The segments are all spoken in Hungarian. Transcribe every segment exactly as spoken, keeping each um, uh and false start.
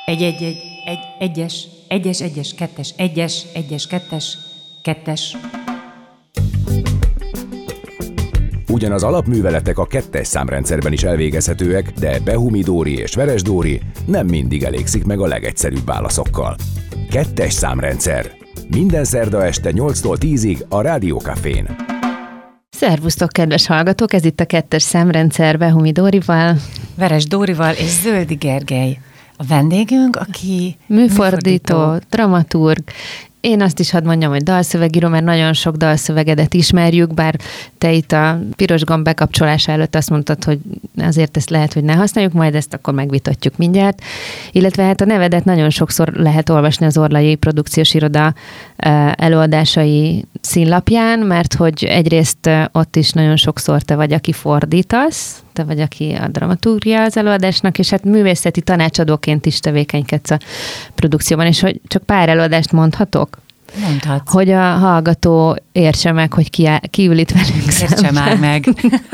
Egy, egy, egy, egy, egyes, egyes, egyes, kettes, egyes, egyes, kettes, kettes. Ugyan az alapműveletek a kettes számrendszerben is elvégezhetőek, de Behumi Dóri és Veres Dóri nem mindig elégszik meg a legegyszerűbb válaszokkal. Kettes számrendszer. Minden szerda este nyolctól tízig a Rádió Cafén. Szervusztok, kedves hallgatók! Ez itt a kettes számrendszer Behumi Dórival, Veres Dórival és Zöldi Gergely. A vendégünk, aki műfordító, műfordító, dramaturg. Én azt is hadd mondjam, hogy dalszövegíró, mert nagyon sok dalszövegedet ismerjük, bár te itt a piros gomb bekapcsolása előtt azt mondtad, hogy azért ezt lehet, hogy ne használjuk, majd ezt akkor megvitatjuk mindjárt. Illetve hát a nevedet nagyon sokszor lehet olvasni az Orlai Produkciós Iroda előadásai színlapján, mert hogy egyrészt ott is nagyon sokszor te vagy, aki fordítasz, te vagy, aki a dramaturgia az előadásnak, és hát művészeti tanácsadóként is tevékenykedsz a produkcióban, és hogy csak pár előadást mondhatok? Mondhatsz. Hogy a hallgató értse meg, hogy ki, áll, ki ül itt velünk Értse szemben. már meg.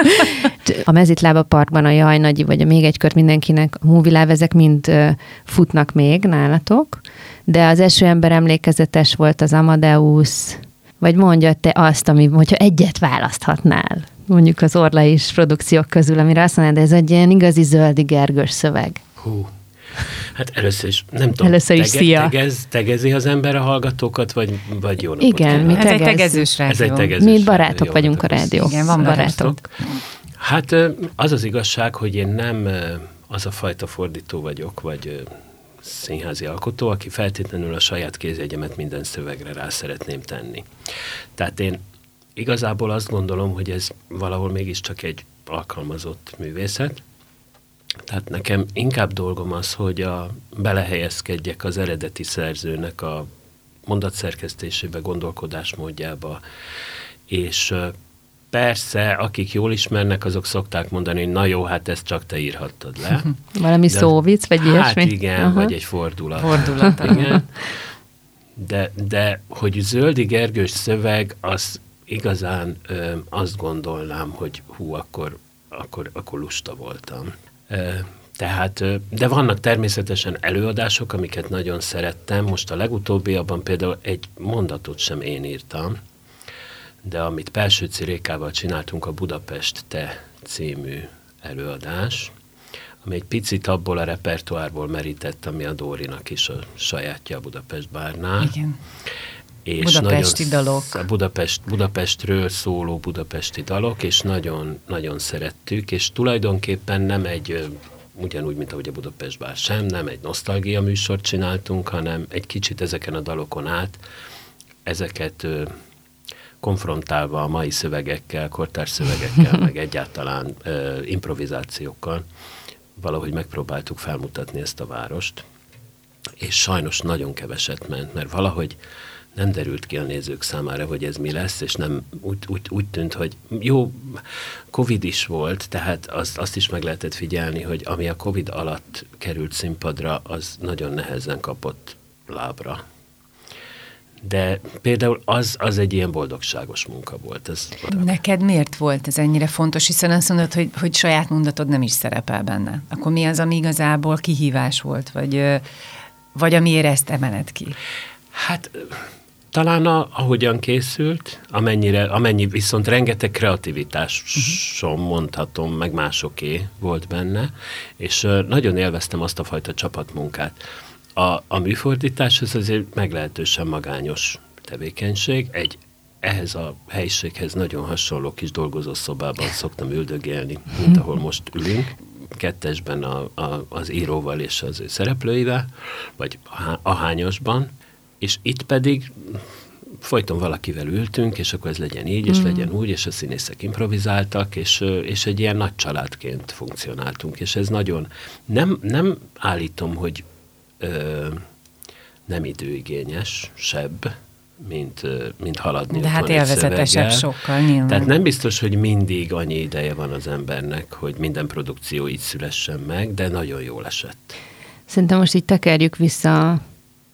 A Mezitlába Parkban a Jaj Nagyi, vagy a Még egy kört mindenkinek, a Movie Love, ezek mind uh, futnak még nálatok, de az Eső ember emlékezetes volt, az Amadeus, vagy mondja te azt, ami, hogyha egyet választhatnál, mondjuk az Orlai is produkciók közül, amire azt mondod, ez egy ilyen igazi Zöldi Gergős szöveg. Hú, hát először is, nem tudom, először is tege, szia. Tegez, tegezi az ember a hallgatókat, vagy, vagy jó napot Igen, kívánok? mi Ez tegez. egy tegezős rádió. Ez egy tegezős Mi barátok rádió, vagyunk a jó, rádió. Igen, van barátok. Hát az az igazság, hogy én nem az a fajta fordító vagyok, vagy színházi alkotó, aki feltétlenül a saját kézjegyemet minden szövegre rá szeretném tenni. Tehát én igazából azt gondolom, hogy ez valahol mégiscsak egy alkalmazott művészet. Tehát nekem inkább dolgom az, hogy a, belehelyezkedjek az eredeti szerzőnek a mondatszerkesztésébe, gondolkodásmódjába, és persze, akik jól ismernek, azok szokták mondani, hogy na jó, hát ezt csak te írhattad le. Valami de, szóvic, vagy ilyesmi? Hát igen, aha. Vagy egy fordulat. Fordulat. Igen. De, de hogy Zöldi Gergős szöveg, az igazán ö, azt gondolnám, hogy hú, akkor, akkor, akkor lusta voltam. Ö, tehát, ö, de vannak természetesen előadások, amiket nagyon szerettem. Most a legutóbbiakban például egy mondatot sem én írtam, de amit Pelsőci Rékával csináltunk, a Budapest Te című előadás, ami egy picit abból a repertoárból merített, ami a Dórinak is a sajátja a Budapest Bárnál. Igen. És budapesti nagyon, dalok. A Budapest, Budapestről szóló budapesti dalok, és nagyon, nagyon szerettük, és tulajdonképpen nem egy, ugyanúgy, mint ahogy a Budapest Bár sem, nem egy nosztalgia műsort csináltunk, hanem egy kicsit ezeken a dalokon át, ezeket konfrontálva a mai szövegekkel, kortárs szövegekkel, meg egyáltalán ö, improvizációkkal, valahogy megpróbáltuk felmutatni ezt a várost, és sajnos nagyon keveset ment, mert valahogy nem derült ki a nézők számára, hogy ez mi lesz, és nem úgy, úgy, úgy tűnt, hogy jó, Covid is volt, tehát azt, azt is meg lehetett figyelni, hogy ami a Covid alatt került színpadra, az nagyon nehezen kapott lábra. De például az, az egy ilyen boldogságos munka volt. Ez Neked miért volt ez ennyire fontos? Hiszen azt mondod, hogy, hogy saját mondatod nem is szerepel benne. Akkor mi az, ami igazából kihívás volt? Vagy, vagy amiért ezt emeled ki? Hát talán a, ahogyan készült, amennyire, amennyi viszont rengeteg kreativitásom uh-huh. mondhatom, meg másoké volt benne, és nagyon élveztem azt a fajta csapatmunkát. A, a műfordítás az azért meglehetősen magányos tevékenység. Egy ehhez a helyiséghez nagyon hasonló kis dolgozószobában szoktam üldögélni, mint ahol most ülünk, kettesben a, a, az íróval és az ő szereplőivel, vagy a hányosban, és itt pedig folyton valakivel ültünk, és akkor ez legyen így, és mm. legyen úgy, és a színészek improvizáltak, és, és egy ilyen nagy családként funkcionáltunk, és ez nagyon, nem, nem állítom, hogy Ö, nem időigényes, sebb, mint, mint haladni. De hát élvezetesebb sokkal, nyilván. Tehát nem biztos, hogy mindig annyi ideje van az embernek, hogy minden produkció így szülessen meg, de nagyon jól esett. Szerintem most így tekerjük vissza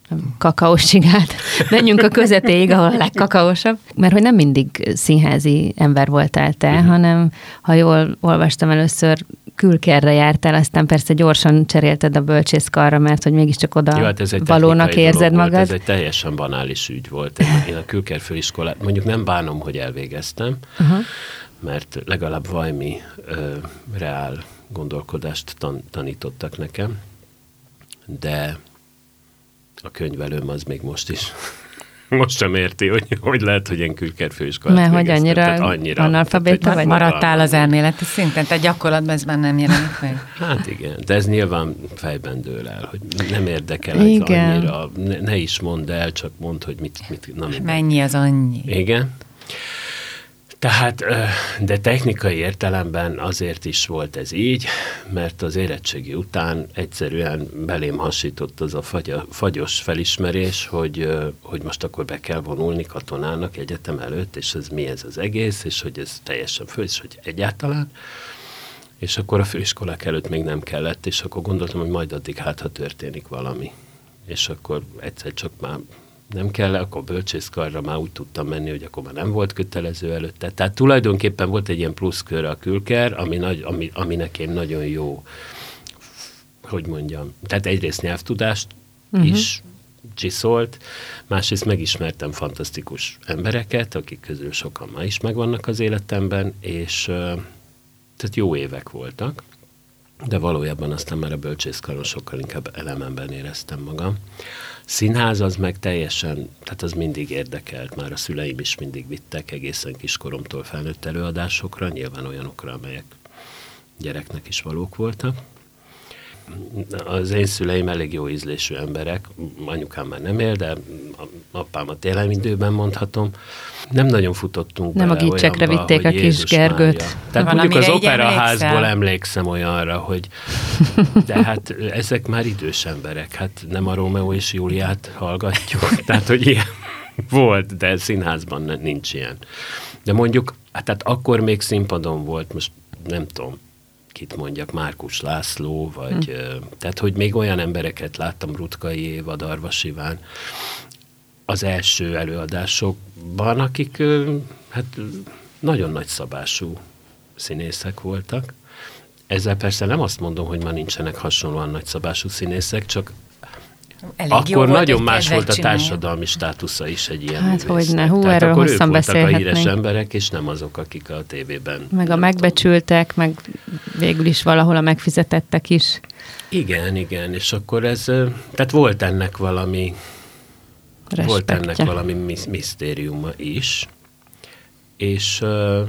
kakaós csigát. Menjünk a közepéig, ahol a legkakaósabb. Mert hogy nem mindig színházi ember voltál te, uh-huh. hanem, ha jól olvastam először, külkerre jártál, aztán persze gyorsan cserélted a bölcsészkarra, mert hogy mégiscsak oda Jó, hát valónak érzed magad. Volt, ez egy teljesen banális ügy volt. Én a külker főiskolát, mondjuk nem bánom, hogy elvégeztem, uh-huh. mert legalább valami ö, reál gondolkodást tan- tanítottak nekem, de a könyvelőm az még most is most sem érti, hogy, hogy lehet, hogy én külker főiskolát Mert hogy annyira, annyira analfabéta vagy? Maradtál az elméleti szinten, tehát gyakorlatban ez már nem jelenik meg. Hát igen, de ez nyilván fejben dől el, hogy nem érdekel ez annyira, ne, ne is mondd el, csak mondd, hogy mit... mit na, mennyi az annyi. Igen. Tehát, de technikai értelemben azért is volt ez így, mert az érettségi után egyszerűen belém hasított az a fagya, fagyos felismerés, hogy, hogy most akkor be kell vonulni katonának egyetem előtt, és ez mi ez az egész, és hogy ez teljesen föl, és hogy egyáltalán. És akkor a főiskolák előtt még nem kellett, és akkor gondoltam, hogy majd addig hát, ha történik valami. És akkor egyszer csak már nem kell, akkor bölcsészkarra már úgy tudtam menni, hogy akkor már nem volt kötelező előtte. Tehát tulajdonképpen volt egy ilyen pluszkör a külker, ami, nagy, ami, ami nekem nagyon jó, hogy mondjam, tehát egyrészt nyelvtudást uh-huh. is csiszolt, másrészt megismertem fantasztikus embereket, akik közül sokan ma is megvannak az életemben, és tehát jó évek voltak, de valójában aztán már a bölcsészkaron sokkal inkább elememben éreztem magam. Színház az meg teljesen, tehát az mindig érdekelt, már a szüleim is mindig vittek egészen kiskoromtól felnőtt előadásokra, nyilván olyanokra, amelyek gyereknek is valók voltak. Az én szüleim elég jó ízlésű emberek, anyukám már nem él, de apámat élem időben mondhatom. Nem nagyon futottunk nem bele olyanba, Nem a gicsekre vitték a kis Gergőt. Mária. Tehát mondjuk az operaházból emlékszem olyanra, hogy de hát ezek már idős emberek, hát nem a Rómeó és Júliát hallgatjuk. Tehát, hogy ilyen volt, de színházban nincs ilyen. De mondjuk, hát tehát akkor még színpadon volt, most nem tudom, kit mondjak, Márkus László, vagy hm. tehát, hogy még olyan embereket láttam, Rutkai Éva, Darvas Iván, az első előadásokban, akik hát nagyon nagyszabású színészek voltak. Ezzel persze nem azt mondom, hogy ma nincsenek hasonlóan nagyszabású színészek, csak elég akkor nagyon más volt a társadalmi státusza is egy ilyen hát hogyne, hú, tehát erről akkor hosszan ők voltak a híres emberek, és nem azok, akik a tévében... Meg a megbecsültek, tudom. Meg végül is valahol a megfizetettek is. Igen, igen, és akkor ez, tehát volt ennek valami, respektje. Volt ennek valami misztériuma is, és,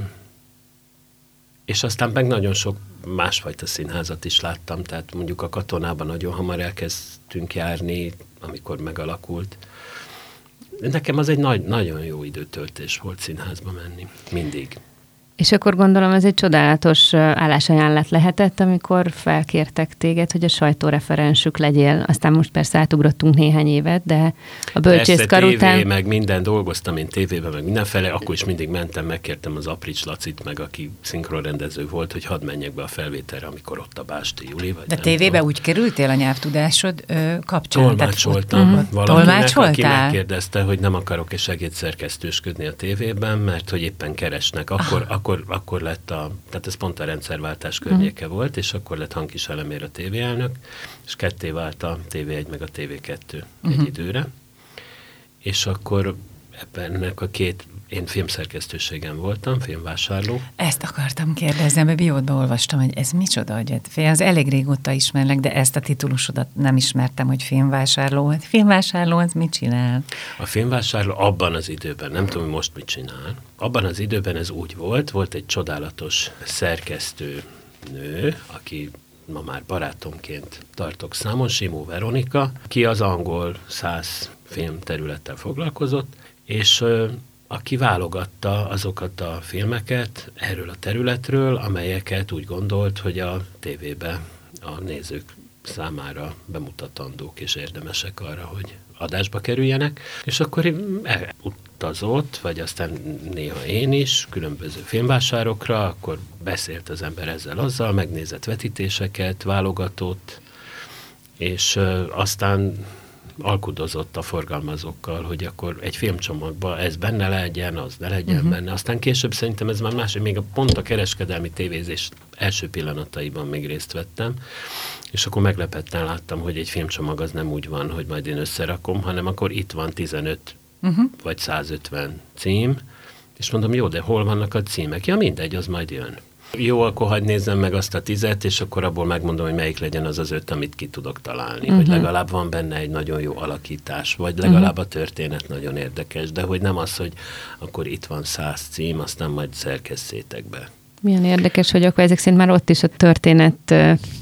és aztán meg nagyon sok másfajta színházat is láttam, tehát mondjuk a Katonában nagyon hamar elkezdtünk járni, amikor megalakult. Nekem az egy nagy, nagyon jó időtöltés volt színházba menni, mindig. És akkor gondolom ez egy csodálatos állásajánlat lehetett, amikor felkértek téged, hogy a sajtóreferensük legyél. Aztán most persze átugrottunk néhány évet, de a bölcsészkar után... Persze, tévé, meg minden, dolgoztam én tévében, meg mindenfele, akkor is mindig mentem, megkértem az Aprics Lacit, meg aki szinkronrendező volt, hogy hadd menjek be a felvételre, amikor ott a Básti Juli, vagy de tévébe tudom. Úgy kerültél a nyelvtudásod ö, kapcsán? Tolmácsoltam. Uh-huh. Valakinek, aki megkérdezte, hogy nem akarok-e segédszerkesztősködni a tévében, mert hogy éppen keresnek. Akkor, akkor Akkor, akkor lett a, tehát ez pont a rendszerváltás környéke uh-huh. volt, és akkor lett Hankis Elemér a tévéelnök, és ketté vált a té vé egy meg a té vé kettő uh-huh. egy időre. És akkor ebben a két, én filmszerkesztőségen voltam, filmvásárló. Ezt akartam kérdezni, mert biódban olvastam, hogy ez micsoda, hogy az elég régóta ismerlek, de ezt a titulusodat nem ismertem, hogy filmvásárló. Hát filmvásárló, az mit csinál? A filmvásárló abban az időben, nem tudom, hogy most mit csinál, abban az időben ez úgy volt, volt egy csodálatos szerkesztő nő, aki ma már barátomként tartok számon, Simó Veronika, ki az angol száz film területtel foglalkozott, és aki válogatta azokat a filmeket erről a területről, amelyeket úgy gondolt, hogy a tévébe a nézők számára bemutatandók és érdemesek arra, hogy adásba kerüljenek. És akkor utazott, vagy aztán néha én is, különböző filmvásárokra, akkor beszélt az ember ezzel azzal, megnézett vetítéseket, válogatott, és aztán alkudozott a forgalmazókkal, hogy akkor egy filmcsomagban ez benne legyen, az ne legyen uh-huh. benne. Aztán később szerintem ez már más, még a pont a kereskedelmi tévézés első pillanataiban még részt vettem, és akkor meglepetten láttam, hogy egy filmcsomag az nem úgy van, hogy majd én összerakom, hanem akkor itt van tizenöt uh-huh. vagy százötven cím, és mondom, jó, de hol vannak a címek? Ja, mindegy, az majd jön. Jó, akkor hagyd nézzem meg azt a tizet, és akkor abból megmondom, hogy melyik legyen az az öt, amit ki tudok találni. Uh-huh. Vagy legalább van benne egy nagyon jó alakítás, vagy legalább a történet nagyon érdekes, de hogy nem az, hogy akkor itt van száz cím, aztán majd szerkesszétek be. Milyen érdekes, hogy akkor ezek szerint már ott is a történet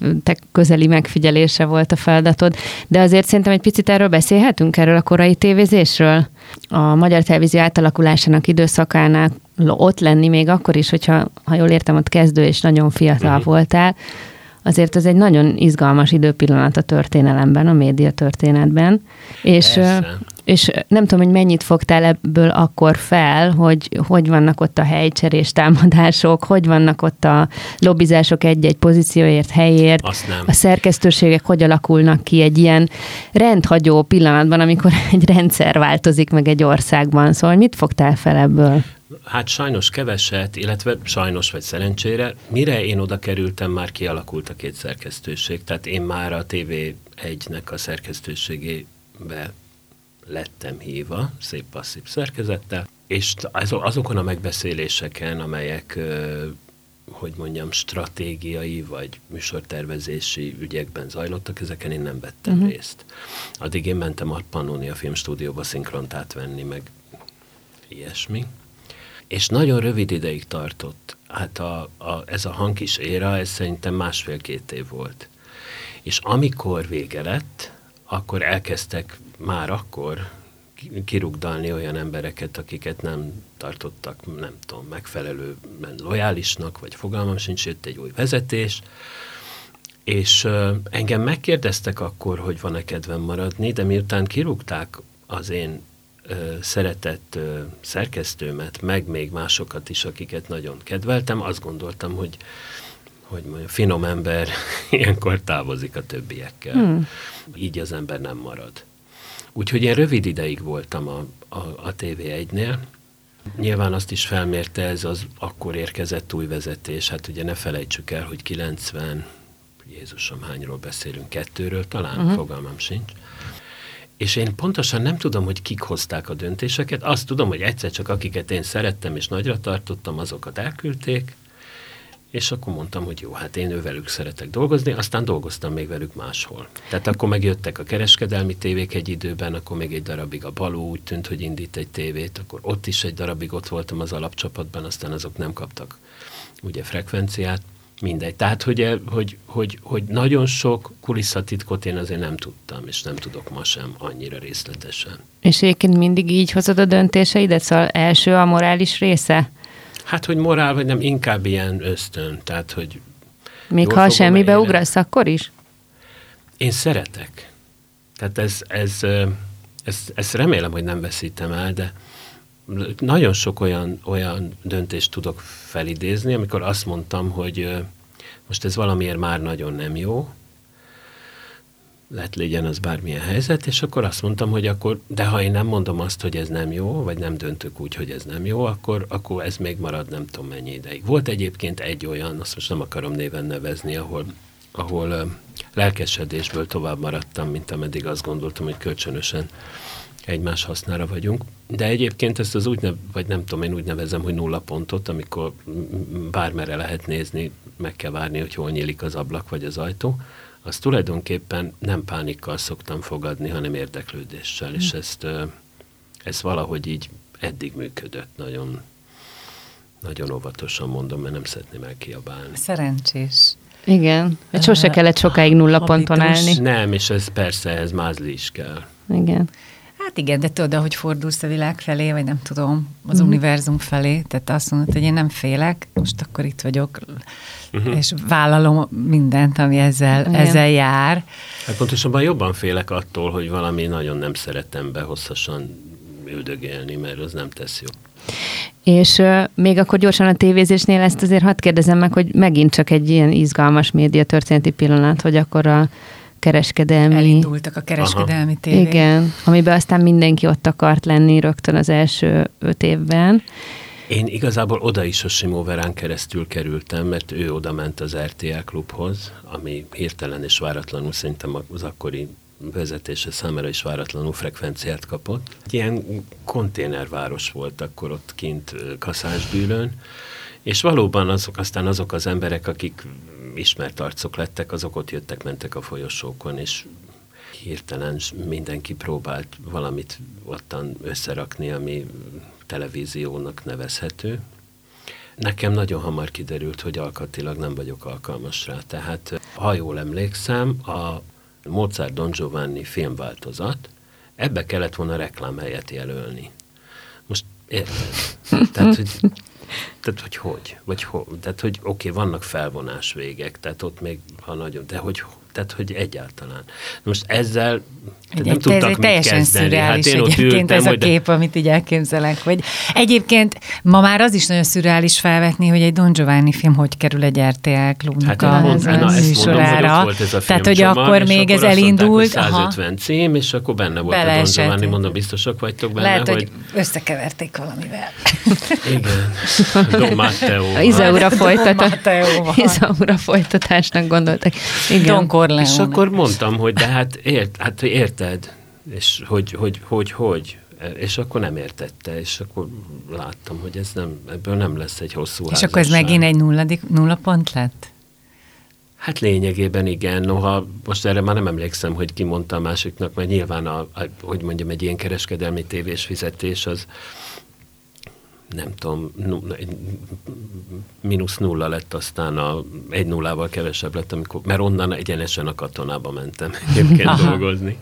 közeli megfigyelése volt a feladatod, de azért szerintem egy picit erről beszélhetünk, erről a korai tévézésről. A Magyar Televízió átalakulásának időszakánál ott lenni még akkor is, hogyha, ha jól értem, ott kezdő és nagyon fiatal uh-huh. voltál, azért ez egy nagyon izgalmas időpillanat a történelemben, a média történetben. És, és nem tudom, hogy mennyit fogtál ebből akkor fel, hogy hogy vannak ott a helycserés támadások, hogy vannak ott a lobbizások egy-egy pozícióért, helyért, a szerkesztőségek hogy alakulnak ki egy ilyen rendhagyó pillanatban, amikor egy rendszer változik meg egy országban. Szóval mit fogtál fel ebből? Hát sajnos keveset, illetve sajnos vagy szerencsére, mire én oda kerültem, már kialakult a két szerkesztőség, tehát én már a té vé egynek a szerkesztőségébe lettem hívva, szép passzív szerkezettel, és azokon a megbeszéléseken, amelyek, hogy mondjam, stratégiai vagy műsortervezési ügyekben zajlottak, ezeken én nem vettem uh-huh. részt. Addig én mentem a Pannonia Filmstúdióba szinkront átvenni, meg ilyesmi. És nagyon rövid ideig tartott. Hát a, a, ez a hangkis éra, ez szerintem másfél-két év volt. És amikor vége lett, akkor elkezdtek már akkor kirugdalni olyan embereket, akiket nem tartottak, nem tudom, megfelelően lojálisnak, vagy fogalmam sincs, jött egy új vezetés, és uh, engem megkérdeztek akkor, hogy van-e kedvem maradni, de miután kirúgták az én szeretett szerkesztőmet, meg még másokat is, akiket nagyon kedveltem, azt gondoltam, hogy, hogy mondjam, finom ember ilyenkor távozik a többiekkel. Hmm. Így az ember nem marad. Úgyhogy én rövid ideig voltam a, a, a té vé egynél. Nyilván azt is felmérte ez az akkor érkezett új vezetés. Hát ugye ne felejtsük el, hogy kilencven, Jézusom, hányról beszélünk, kettőről talán, uh-huh. fogalmam sincs. És én pontosan nem tudom, hogy kik hozták a döntéseket. Azt tudom, hogy egyszer csak akiket én szerettem és nagyra tartottam, azokat elküldték, és akkor mondtam, hogy jó, hát én ővelük szeretek dolgozni, aztán dolgoztam még velük máshol. Tehát akkor megjöttek a kereskedelmi tévék egy időben, akkor még egy darabig a Baló úgy tűnt, hogy indít egy tévét, akkor ott is egy darabig ott voltam az alapcsapatban, aztán azok nem kaptak ugye frekvenciát. Mindegy. Tehát, hogy, hogy, hogy, hogy nagyon sok kulisszatitkot én azért nem tudtam, és nem tudok ma sem annyira részletesen. És egyébként mindig így hozod a döntéseidet? Szóval első a morális része? Hát, hogy morál, vagy nem, inkább ilyen ösztön. Tehát, hogy még ha semmibe élet. Ugrasz, akkor is? Én szeretek. Tehát ez, ez, ez, ez remélem, hogy nem veszítem el, de nagyon sok olyan, olyan döntést tudok felidézni, amikor azt mondtam, hogy most ez valamiért már nagyon nem jó, lehet legyen az bármilyen helyzet, és akkor azt mondtam, hogy akkor, de ha én nem mondom azt, hogy ez nem jó, vagy nem döntök úgy, hogy ez nem jó, akkor, akkor ez még marad nem tudom mennyi ideig. Volt egyébként egy olyan, azt most nem akarom néven nevezni, ahol, ahol uh, lelkesedésből tovább maradtam, mint ameddig azt gondoltam, hogy kölcsönösen egymás hasznára vagyunk. De egyébként ezt az úgy, nev, vagy nem tudom, én úgy nevezem, hogy nulla pontot, amikor bármerre lehet nézni, meg kell várni, hogy hol nyílik az ablak vagy az ajtó, azt tulajdonképpen nem pánikkal szoktam fogadni, hanem érdeklődéssel, mm. és ezt, ez valahogy így eddig működött. Nagyon, nagyon óvatosan mondom, mert nem szeretném elkiabálni. Szerencsés. Igen, hogy sose kellett sokáig nulla ponton állni. Nem, és ez persze, ez mázli is kell. Igen. Hát igen, de tudod, hogy fordulsz a világ felé, vagy nem tudom, az uh-huh. univerzum felé, tehát azt mondod, hogy én nem félek, most akkor itt vagyok, uh-huh. és vállalom mindent, ami ezzel, ezzel jár. Hát pontosabban jobban félek attól, hogy valami nagyon nem szeretem be hosszasan üldögélni, mert az nem tesz jó. És uh, még akkor gyorsan a tévézésnél ezt azért hadd kérdezem meg, hogy megint csak egy ilyen izgalmas média történeti pillanat, hogy akkor a kereskedelmi... Elindultak a kereskedelmi Aha. tévék. Igen, amiben aztán mindenki ott akart lenni rögtön az első öt évben. Én igazából oda is a Simó Verán keresztül kerültem, mert ő oda ment az er té el klubhoz, ami hirtelen és váratlanul szerintem az akkori vezetése számára is váratlanul frekvenciát kapott. Ilyen konténerváros volt akkor ott kint Kaszásbűrön, és valóban azok, aztán azok az emberek, akik ismert arcok lettek, azok ott jöttek, mentek a folyosókon, és hirtelen mindenki próbált valamit ottan összerakni, ami televíziónak nevezhető. Nekem nagyon hamar kiderült, hogy alkatilag nem vagyok alkalmas rá. Tehát, ha jól emlékszem, a Mozart Don Giovanni filmváltozat, ebbe kellett volna reklámhelyet jelölni. Most érted? Tehát, hogy, tehát, hogy hogy? Vagy ho, tehát, hogy oké, okay, vannak felvonás végek, tehát ott még, ha nagyon, de hogy tehát, hogy egyáltalán. Most ezzel egy, nem egy, tudtak ez mit teljesen kezdeni. szürreális Hát én ott egyébként ültem, ez a hogy kép, de... amit így elképzelek. Hogy egyébként ma már az is nagyon szürreális felvetni, hogy egy Don Giovanni film hogy kerül egy er té el klubnak hát a, a, a műsorára. Tehát, hogy akkor még ez elindult. Mondták, hogy százötven cím, és akkor benne volt Bele a Don Giovanni, mondom, biztosak vagytok benne, lehet, hogy... hogy összekeverték valamivel. Igen. Don Matteo. Izaura folytatás. Izaura folytatásnak gondoltak. Igen. Don Corleone. És akkor mondtam, hogy de hát, ért, hát érted, és hogy, hogy, hogy, hogy, és akkor nem értette, és akkor láttam, hogy ez nem, ebből nem lesz egy hosszú És házasság. akkor ez megint egy nulladik, nulla pont lett? Hát lényegében igen, noha most erre már nem emlékszem, hogy ki mondta a másiknak, mert nyilván, a, a, hogy mondjam, egy ilyen kereskedelmi tévés fizetés az nem tudom, mínusz nulla lett, aztán a egy nullával kevesebb lett, amikor, mert onnan egyenesen a Katonába mentem egyébként dolgozni.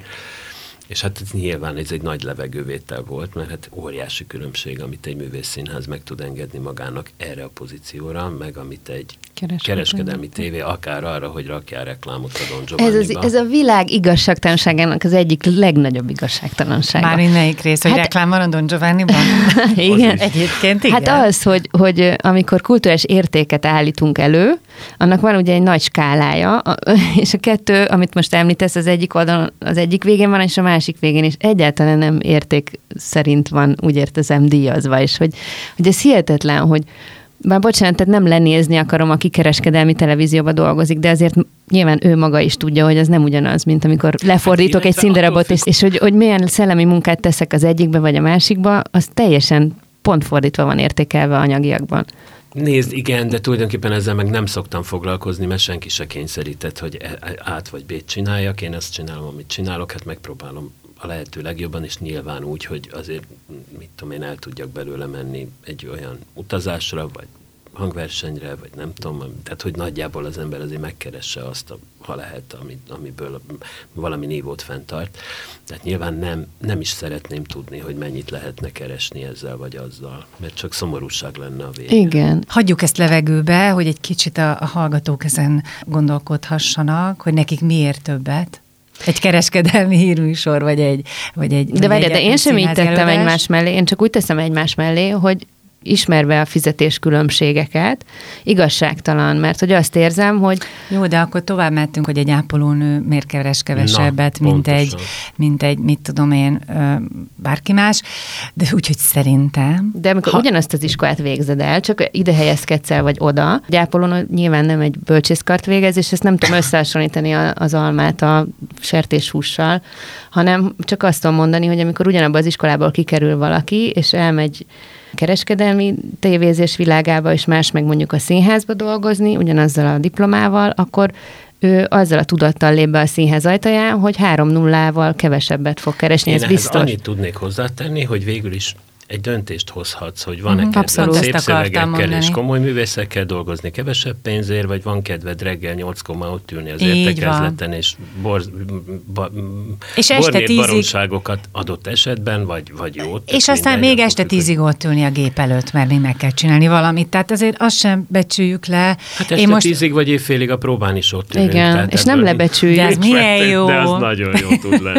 És hát ez nyilván ez egy nagy levegővétel volt, mert hát óriási különbség, amit egy művészszínház meg tud engedni magának erre a pozícióra, meg amit egy kereskedelmi, kereskedelmi tévé, akár arra, hogy rakjál reklámot a Don Giovanniba. Ez, ez a világ igazságtalanságának az egyik legnagyobb igazságtalansága. Már melyik rész, hogy hát, reklám van a Don Giovanniban? Igen. Egyébként igen. Hát az, hogy, hogy amikor kulturális értéket állítunk elő, annak van ugye egy nagy skálája, és a kettő, amit most említesz, az egyik oldalon, az egyik végén van, és a másik végén is egyáltalán nem érték szerint van, úgy értezem, díjazva, és hogy, hogy ez hihetetlen, hogy bár bocsánat, tehát nem lenézni akarom, aki kereskedelmi televízióban dolgozik, de azért nyilván ő maga is tudja, hogy ez nem ugyanaz, mint amikor lefordítok hát, egy színdarabot, és, és hogy, hogy milyen szellemi munkát teszek az egyikbe vagy a másikba, az teljesen pont fordítva van értékelve anyagiakban. Nézd, igen, de tulajdonképpen ezzel meg nem szoktam foglalkozni, mert senki se kényszerített, hogy át vagy B-t csináljak. Én azt csinálom, amit csinálok, hát megpróbálom a lehető legjobban, és nyilván úgy, hogy azért, mit tudom én, el tudjak belőle menni egy olyan utazásra, vagy hangversenyre, vagy nem tudom, tehát hogy nagyjából az ember azért megkeresse azt, a, ha lehet, ami, amiből valami nívót fenntart. Tehát nyilván nem, nem is szeretném tudni, hogy mennyit lehetne keresni ezzel vagy azzal, mert csak szomorúság lenne a vége. Igen. Hagyjuk ezt levegőbe, hogy egy kicsit a, a hallgatók ezen gondolkodhassanak, hogy nekik miért többet. Egy kereskedelmi hírműsor, vagy egy... Vagy egy de várj, de én sem így tettem egymás mellé, én csak úgy teszem egymás mellé, hogy ismerve a fizetéskülönbségeket, igazságtalan, mert hogy azt érzem, hogy... Jó, de akkor tovább mentünk, hogy egy ápolónő miért keres kevesebbet, Na, mint, egy, mint egy, mit tudom én, bárki más, de úgyhogy szerintem... De amikor ha... ugyanazt az iskolát végzed el, csak ide helyezkedsz el, vagy oda, egy ápolónő nyilván nem egy bölcsészkart végez, és ezt nem tudom összehasonlítani az almát a sertéshússal, hanem csak azt tudom mondani, hogy amikor ugyanabban az iskolából kikerül valaki, és elmegy kereskedelmi tévézés világába, és más meg mondjuk a színházba dolgozni, ugyanazzal a diplomával, akkor ő azzal a tudattal lép be a színház ajtaján, hogy három nullával kevesebbet fog keresni, Én ez biztos. annyit tudnék hozzátenni, hogy végül is egy döntést hozhatsz, hogy van-e uh-huh, kedved szép szövegekkel és komoly művészekkel dolgozni kevesebb pénzért, vagy van kedved reggel nyolckor már ott ülni az értekezleten, és, borz, ba, és este tízig baromságokat adott esetben, vagy, vagy jót. És aztán még este tízig ott ülni a gép előtt, mert még meg kell csinálni valamit. Tehát azért azt sem becsüljük le. Hát este Én most... tízig vagy évfélig a próbán is ott ülünk. Igen, és nem lebecsüljük. De ez milyen jó. De az nagyon jó tud lenni.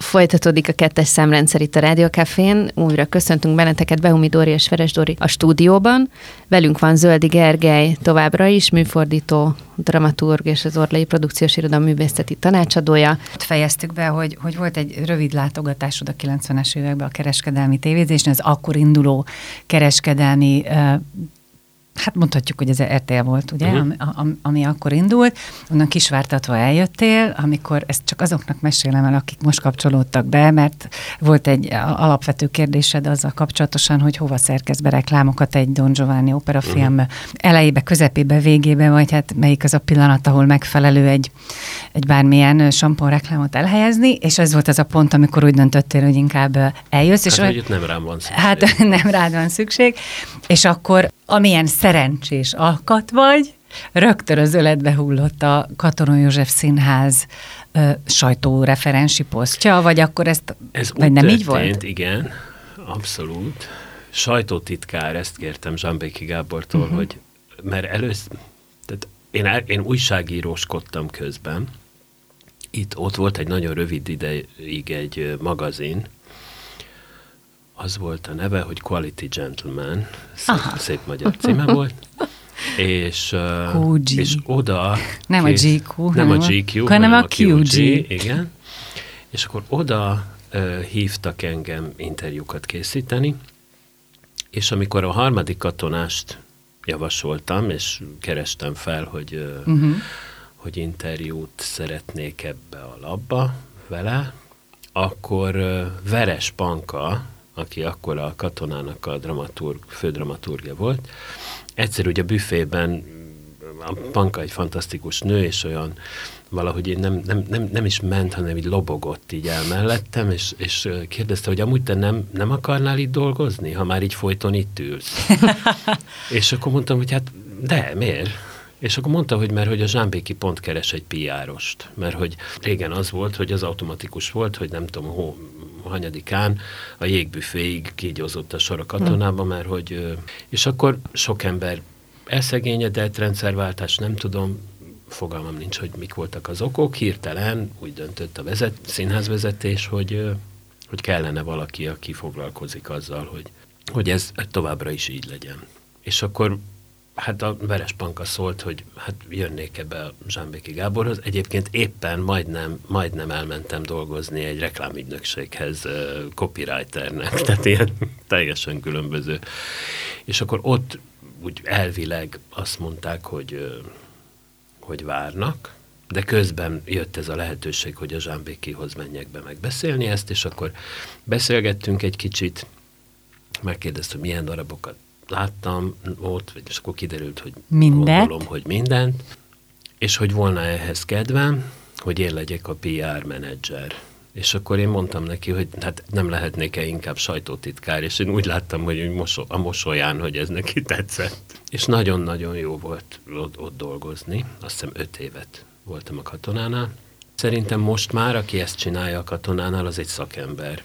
Folytatódik a kettes számrendszer itt a Rádió Cafén. Újra köszöntünk benneteket, Behumi Dóri és Veres Dóri a stúdióban. Velünk van Zöldi Gergely továbbra is, műfordító, dramaturg és az Orlai Produkciós Iroda művészeti tanácsadója. Fejeztük be, hogy, hogy volt egy rövid látogatásod a kilencvenes években a kereskedelmi tévézésnél, az akkor induló kereskedelmi hát mondhatjuk, hogy ez er té el volt, ugye, uh-huh. ami, ami akkor indult. Onnan kisvártatva eljöttél, amikor ezt csak azoknak mesélem el, akik most kapcsolódtak be, mert volt egy alapvető kérdésed azzal kapcsolatosan, hogy hova szerkesz be reklámokat egy Don Giovanni operafilm uh-huh. elejébe, közepébe, végébe, vagy hát melyik az a pillanat, ahol megfelelő egy, egy bármilyen sampon reklámot elhelyezni, és ez volt az a pont, amikor úgy döntöttél, hogy inkább eljössz. Hát, és hogy itt nem rám van szükség. Hát nem rád van szükség, és akkor amilyen szerencsés alkat vagy, rögtön az öletbe hullott a Katona József Színház ö, sajtóreferensi posztja, vagy akkor ezt, ez vagy nem történt, így volt? Igen, abszolút. Sajtótitkár, ezt kértem Zsámbéki Gábortól, uh-huh. hogy, mert először, tehát én, én újságíróskodtam közben, itt ott volt egy nagyon rövid ideig egy magazin, az volt a neve, hogy Quality Gentleman, szép, szép magyar címe volt, és, uh, és oda... Nem kész, a gé kú, nem a gé kú, hanem a kú gé, igen. És akkor oda uh, hívtak engem interjúkat készíteni, és amikor a harmadik katonást javasoltam, és kerestem fel, hogy, uh, uh-huh. hogy interjút szeretnék ebbe a labba vele, akkor uh, Veres Panka, aki akkor a Katonának a dramaturg, fődramaturgja volt. Egyszer ugye a büfében a Panka egy fantasztikus nő, és olyan valahogy én nem, nem, nem, nem is ment, hanem így lobogott így el mellettem, és, és kérdezte, hogy amúgy te nem, nem akarnál itt dolgozni, ha már így folyton itt ülsz. És akkor mondtam, hogy hát de, miért? És akkor mondta, hogy mert hogy a Zsámbéki pont keres egy pé er-ost, mert hogy régen az volt, hogy az automatikus volt, hogy nem tudom, hó, hanyadikán a jégbüféig kígyózott a sor a Katonában, mert hogy, és akkor sok ember elszegényedett, rendszerváltás, nem tudom, fogalmam nincs, hogy mik voltak az okok, hirtelen úgy döntött a vezet, színházvezetés, hogy, hogy kellene valaki, aki foglalkozik azzal, hogy, hogy ez továbbra is így legyen. És akkor hát a Veres Panka szólt, hogy hát jönnék ebbe a Zsámbéki Gáborhoz. Egyébként éppen majdnem, majdnem elmentem dolgozni egy reklámügynökséghez uh, copywriternek, tehát ilyen teljesen különböző. És akkor ott úgy elvileg azt mondták, hogy, uh, hogy várnak, de közben jött ez a lehetőség, hogy a Zsámbékihoz menjek be megbeszélni ezt, és akkor beszélgettünk egy kicsit, megkérdezte, hogy milyen darabokat láttam ott, és akkor kiderült, hogy mindent. Gondolom, hogy mindent, és hogy volna ehhez kedvem, hogy én legyek a pé er menedzser. És akkor én mondtam neki, hogy hát nem lehetnék-e inkább sajtótitkár, és én úgy láttam, hogy a mosolyán, hogy ez neki tetszett. És nagyon-nagyon jó volt ott, ott dolgozni. Azt hiszem öt évet voltam a Katonánál. Szerintem most már, aki ezt csinálja a Katonánál, az egy szakember.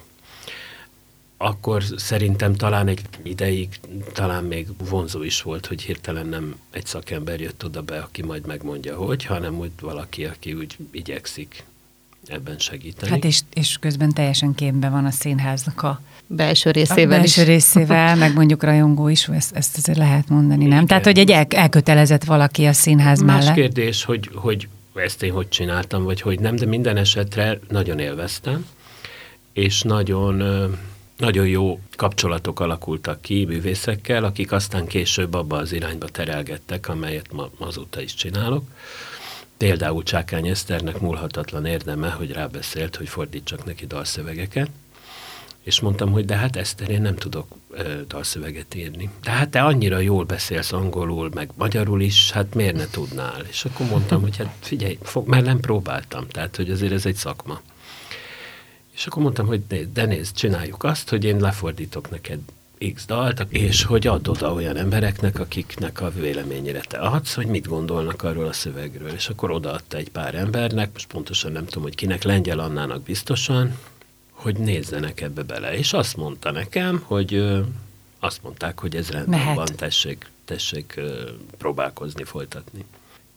Akkor szerintem talán egy ideig, talán még vonzó is volt, hogy hirtelen nem egy szakember jött oda be, aki majd megmondja, hogy, hanem úgy valaki, aki úgy igyekszik ebben segíteni. Hát és, és közben teljesen képben van a színháznak a belső részével a belső is. részével, meg mondjuk rajongó is, ezt, ezt azért lehet mondani, nem? Igen. Tehát, hogy egy el, elkötelezett valaki a színház Más mellett. Más kérdés, hogy, hogy ezt én hogy csináltam, vagy hogy nem, de minden esetre nagyon élveztem, és nagyon... Nagyon jó kapcsolatok alakultak ki művészekkel, akik aztán később abba az irányba terelgettek, amelyet ma azóta is csinálok. Például Csákány Eszternek múlhatatlan érdeme, hogy rábeszélt, hogy fordítsak neki dalszövegeket. És mondtam, hogy de hát Eszter, én nem tudok ö, dalszöveget írni. De hát te annyira jól beszélsz angolul, meg magyarul is, hát miért ne tudnál? És akkor mondtam, hogy hát figyelj, fog, mert nem próbáltam, tehát hogy azért ez egy szakma. És akkor mondtam, hogy de nézd, csináljuk azt, hogy én lefordítok neked X dalt, és hogy add oda olyan embereknek, akiknek a véleményére te adsz, hogy mit gondolnak arról a szövegről. És akkor odaadta egy pár embernek, most pontosan nem tudom, hogy kinek, Lengyel Annának biztosan, hogy nézzenek ebbe bele. És azt mondta nekem, hogy ö, azt mondták, hogy ez rendben van, tessék, tessék ö, próbálkozni, folytatni.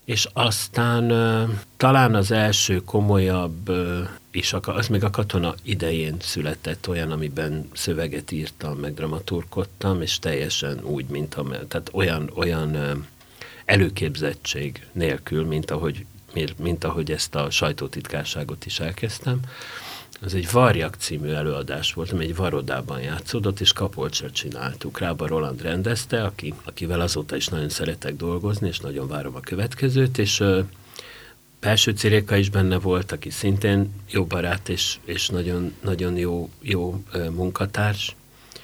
És aztán talán az első komolyabb, és az még a katona idején született olyan, amiben szöveget írtam, meg dramaturgkodtam, és teljesen úgy, mint a, tehát olyan, olyan előképzettség nélkül, mint ahogy, mint ahogy ezt a sajtótitkárságot is elkezdtem. Ez egy Varjak című előadás volt, ami egy varodában játszódott, és Kapolcsra csináltuk. Rába Roland rendezte, aki, akivel azóta is nagyon szeretek dolgozni, és nagyon várom a következőt, és uh, Pelső Ciréka is benne volt, aki szintén jó barát, és, és nagyon, nagyon jó, jó uh, munkatárs,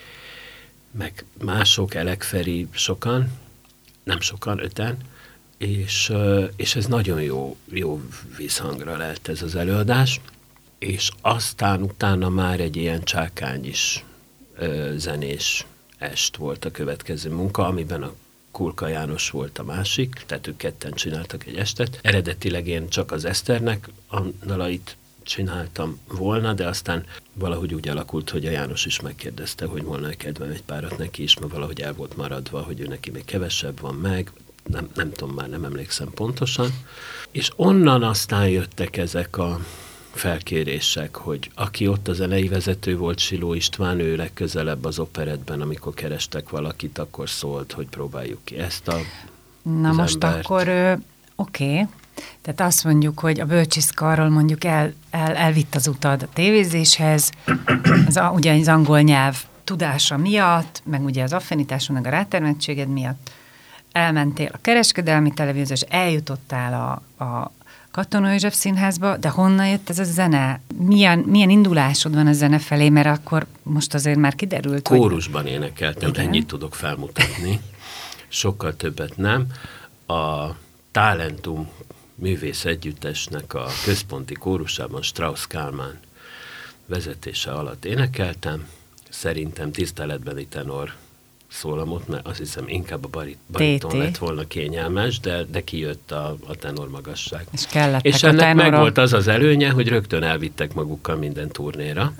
meg mások, Elek Feri, sokan, nem sokan, öten, és, uh, és ez nagyon jó, jó visszhangra lett ez az előadás. És aztán utána már egy ilyen csákány is ö, zenés est volt a következő munka, amiben a Kulka János volt a másik, tehát ők ketten csináltak egy estet. Eredetileg én csak az Eszternek a dalait csináltam volna, de aztán valahogy úgy alakult, hogy a János is megkérdezte, hogy volna kedvem egy párat neki is, mert valahogy el volt maradva, hogy ő neki még kevesebb van meg, nem, nem tudom, már nem emlékszem pontosan. És onnan aztán jöttek ezek a felkérések, hogy aki ott a zenei vezető volt, Siló István, ő legközelebb az operettben, amikor kerestek valakit, akkor szólt, hogy próbáljuk ki ezt a Na most embert. Akkor oké, okay. Tehát azt mondjuk, hogy a bölcsészkarról mondjuk el, el, elvitt az utad a tévézéshez, az, a, ugye az angol nyelv tudása miatt, meg ugye az affinitáson, meg a rátermettséged miatt elmentél a kereskedelmi televíziós, eljutottál a, a Katona József Színházba, de honnan jött ez a zene? Milyen, milyen indulásod van a zene felé, mert akkor most azért már kiderült, Kórusban hogy... énekeltem, igen? Ennyit tudok felmutatni. Sokkal többet nem. A Talentum művész együttesnek a központi kórusában Strauss Kálmán vezetése alatt énekeltem. Szerintem tiszteletbeli tenor szólamot, mert azt hiszem inkább a barit, bariton lett volna kényelmes, de, de kijött a, a tenor magasság. És kellettek És a ennek tenorok. meg volt az az előnye, hogy rögtön elvittek magukkal minden turnéra.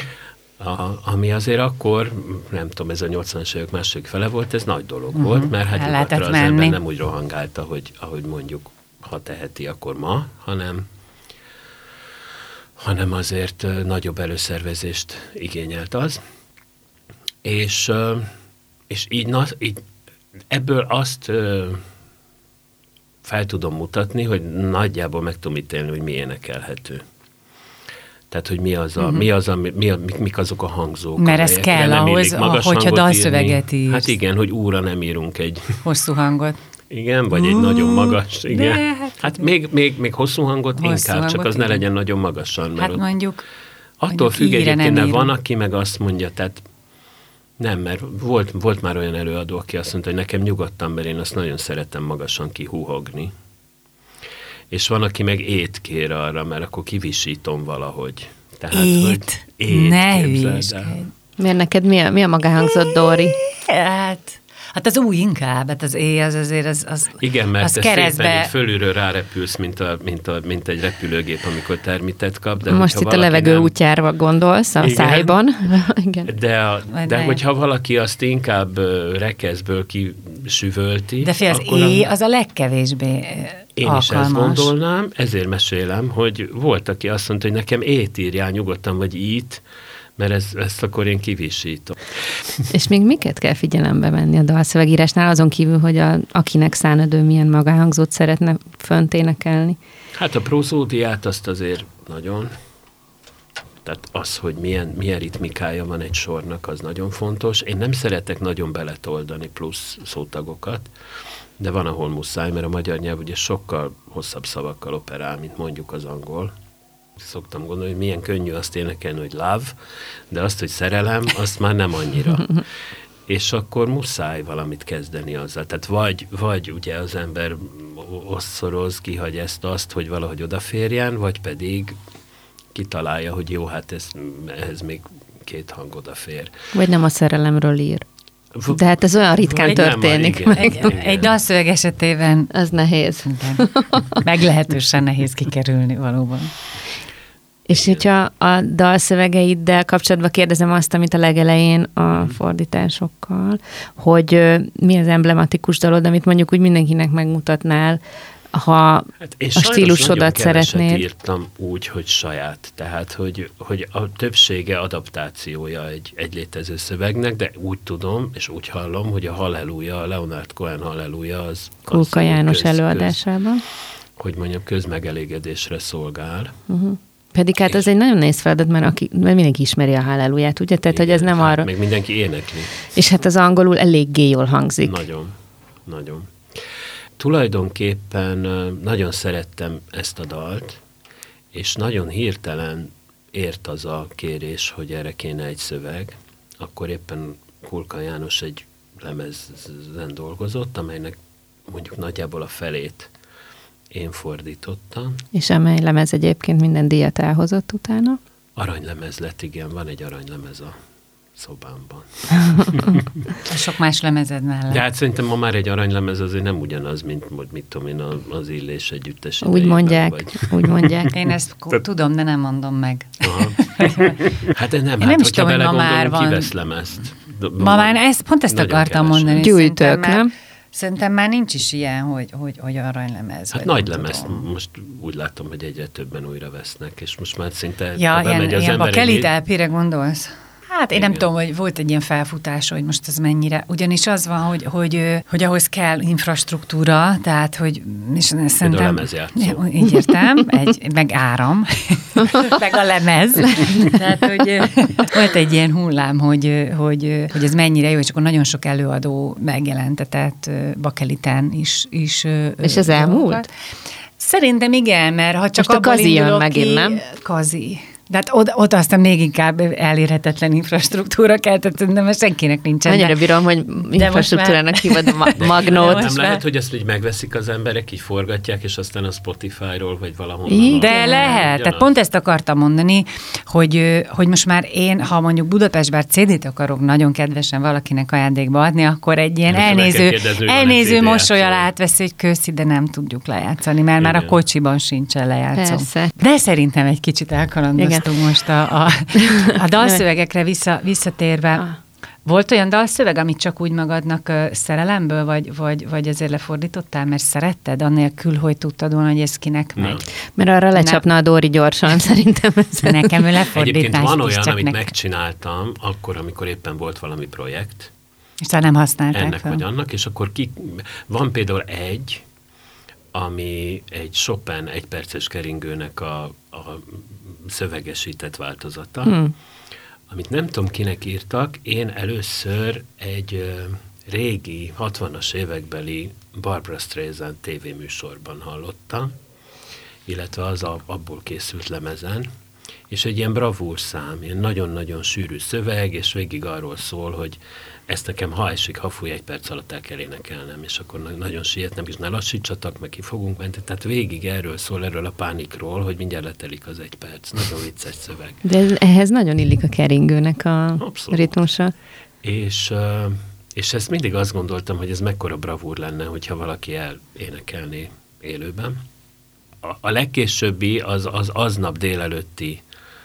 A, ami azért akkor, nem tudom, ez a nyolcvanas évek második fele volt, ez nagy dolog uh-huh. volt, mert hát nyugatra az ember nem úgy rohangálta, hogy ahogy mondjuk, ha teheti, akkor ma, hanem hanem azért nagyobb előszervezést igényelt az. És És így, na, így ebből azt ö, fel tudom mutatni, hogy nagyjából meg tudom ítélni, hogy mi énekelhető. Tehát, hogy mi az a, uh-huh. mi az a, mi a, mik azok a hangzók. Mert ez kell ahhoz, hogyha dalszöveget írsz. Hát igen, hogy úra nem írunk egy... Hosszú hangot. Igen, vagy egy uh, nagyon magas, igen. De, hát hát még, még, még hosszú hangot hosszú inkább, hangot, csak az igen. Ne legyen nagyon magasan. Hát mondjuk... Attól függ egyébként, van, aki meg azt mondja, tehát nem, mert volt, volt már olyan előadó, aki azt mondta, hogy nekem nyugodtan, mert én azt nagyon szeretem magasan kihúhogni. És van, aki meg ét kér arra, mert akkor kivisítom valahogy. Tehát, ét? Hogy ét, ne képzeld. Miért neked mi a, mi a magáhangzott, Dóri? Hát... Hát az új inkább, hát az éj az azért az, az igen, mert az te keresztbe... szépen fölülről rárepülsz, mint, a, mint, a, mint egy repülőgép, amikor termitet kap. De most itt a levegő nem... útjára gondolsz, a igen, szájban. Igen. De, a, de hogyha valaki azt inkább rekeszből kisüvölti... De fél, az éj a... az a legkevésbé Én alkalmas. Is ezt gondolnám, ezért mesélem, hogy volt, aki azt mondta, hogy nekem ét írjál nyugodtan, vagy ít, mert ez, ezt akkor én kivisítom. És még miket kell figyelembe venni a dalszövegírásnál, azon kívül, hogy a, akinek szánad, ő milyen magáhangzót szeretne fönt énekelni? Hát a prózódiát azt azért nagyon, tehát az, hogy milyen, milyen ritmikája van egy sornak, az nagyon fontos. Én nem szeretek nagyon beletoldani plusz szótagokat, de van, ahol muszáj, mert a magyar nyelv ugye sokkal hosszabb szavakkal operál, mint mondjuk az angol. Szoktam gondolni, hogy milyen könnyű azt énekelni, hogy love, de azt, hogy szerelem, azt már nem annyira. És akkor muszáj valamit kezdeni azzal. Tehát vagy, vagy ugye az ember osszoroz, kihagy ezt azt, hogy valahogy odaférjen, vagy pedig kitalálja, hogy jó, hát ez, ehhez még két hang odafér. Vagy nem a szerelemről ír. De hát ez olyan ritkán vagy történik. Nem, egy, egy dalszöveg esetében az nehéz. Igen. Meglehetősen nehéz kikerülni valóban. És hogyha a dalszövegeiddel kapcsolatban kérdezem azt, amit a legelején a fordításokkal, hogy mi az emblematikus dalod, amit mondjuk úgy mindenkinek megmutatnál, ha hát én a stílusodat szeretnéd. írtam úgy, hogy saját. Tehát, hogy, hogy a többsége adaptációja egy, egy létező szövegnek, de úgy tudom, és úgy hallom, hogy a Halleluja, a Leonard Cohen Halleluja az... Kulka János köz, előadásában. Köz, hogy mondjam, közmegelégedésre szolgál. Uh-huh. Pedig hát ez egy nagyon nehéz feladat, mert, aki, mert mindenki ismeri a Halleluját, ugye? Tehát, igen, hogy ez nem hát arra... Meg mindenki énekli. És hát az angolul eléggé jól hangzik. Nagyon, nagyon. Tulajdonképpen nagyon szerettem ezt a dalt, és nagyon hirtelen ért az a kérés, hogy erre kéne egy szöveg. Akkor éppen Kulka János egy lemezen dolgozott, amelynek mondjuk nagyjából a felét én fordítottam. És amely lemez egyébként minden díjat elhozott utána? Aranylemez lett, igen, van egy aranylemez a szobámban. Sok más lemezed mellett. De hát szerintem ma már egy aranylemez azért nem ugyanaz, mint mit tudom én, az Illés együttes. Úgy mondják, vagy... úgy mondják. Én ezt tudom, de nem mondom meg. Aha. Hát nem, én hát nem is tudom, hogy ma már van. Ki vesz lemezt? Ma már ezt, pont ezt akartam kevesen. mondani. Gyűjtök, nem? Szerintem már nincs is ilyen, hogy, hogy, hogy aranylemez. Hát nagy lemez, most úgy látom, hogy egyre többen újra vesznek, és most már szinte ja, bemegy az ilyen ember. Ja, Kelly Telpire gondolsz? Hát én igen. nem tudom, hogy volt egy ilyen felfutás, hogy most az mennyire, ugyanis az van, hogy, hogy, hogy ahhoz kell infrastruktúra, tehát, hogy és szerintem... A lemezjátszó. Így értem, egy, meg áram, meg a lemez. Tehát, hogy volt egy ilyen hullám, hogy, hogy, hogy ez mennyire jó, és akkor nagyon sok előadó megjelentetett Bakeliten is. is és ez elmúlt? Szerintem igen, mert ha csak most a Kazi jön megint, nem? Kazi. De hát oda, oda aztán még inkább elérhetetlen infrastruktúra kell, tehát nem, senkinek nincsen. Annyira bírom, hogy infrastruktúrának hívod a Magnót. Nem lehet, már... hogy ezt így megveszik az emberek, így forgatják, és aztán a Spotify-ról, vagy valahol. De lehet. Tehát pont ezt akartam mondani, hogy, hogy most már én, ha mondjuk Budapestben cé dét akarok nagyon kedvesen valakinek ajándékba adni, akkor egy ilyen de elnéző, elnéző mosollyal átveszi, hogy köszi, de nem tudjuk lejátszani, mert igen. már a kocsiban sincsen lejátszom. Persze. De szerintem egy kicsit elkalandoztunk. Most a, a, a dalszövegekre vissza, visszatérve, ah. volt olyan dalszöveg, amit csak úgy magadnak uh, szerelemből, vagy, vagy, vagy azért lefordítottál, mert szeretted, annélkül, hogy tudtad volna, hogy ez kinek megy? Mert arra lecsapna a Dóri gyorsan, szerintem. Nekem ő lefordítás. Egyébként van olyan, amit nek... megcsináltam, akkor, amikor éppen volt valami projekt. És nem használták ennek fel. vagy annak, és akkor ki, van például egy, ami egy Chopin egyperces keringőnek a, a szövegesített változata, hmm. amit nem tudom kinek írtak, én először egy uh, régi, hatvanas évekbeli Barbra Streisand tévéműsorban hallottam, illetve az a, abból készült lemezen, és egy ilyen bravúrszám, ilyen nagyon-nagyon sűrű szöveg, és végig arról szól, hogy ezt nekem, ha esik, ha fúj, egy perc alatt el kell énekelnem, és akkor nagyon sietnem, és ne lassítsatok, meg ki fogunk menni. Tehát végig erről szól, erről a pánikról, hogy mindjárt letelik az egy perc. Nagyon vicces szöveg. De ez, ehhez nagyon illik a keringőnek a abszolút. Ritmusa. És, és ezt mindig azt gondoltam, hogy ez mekkora bravúr lenne, hogyha valaki elénekelné élőben. A, a legkésőbbi az, az aznap délelőtti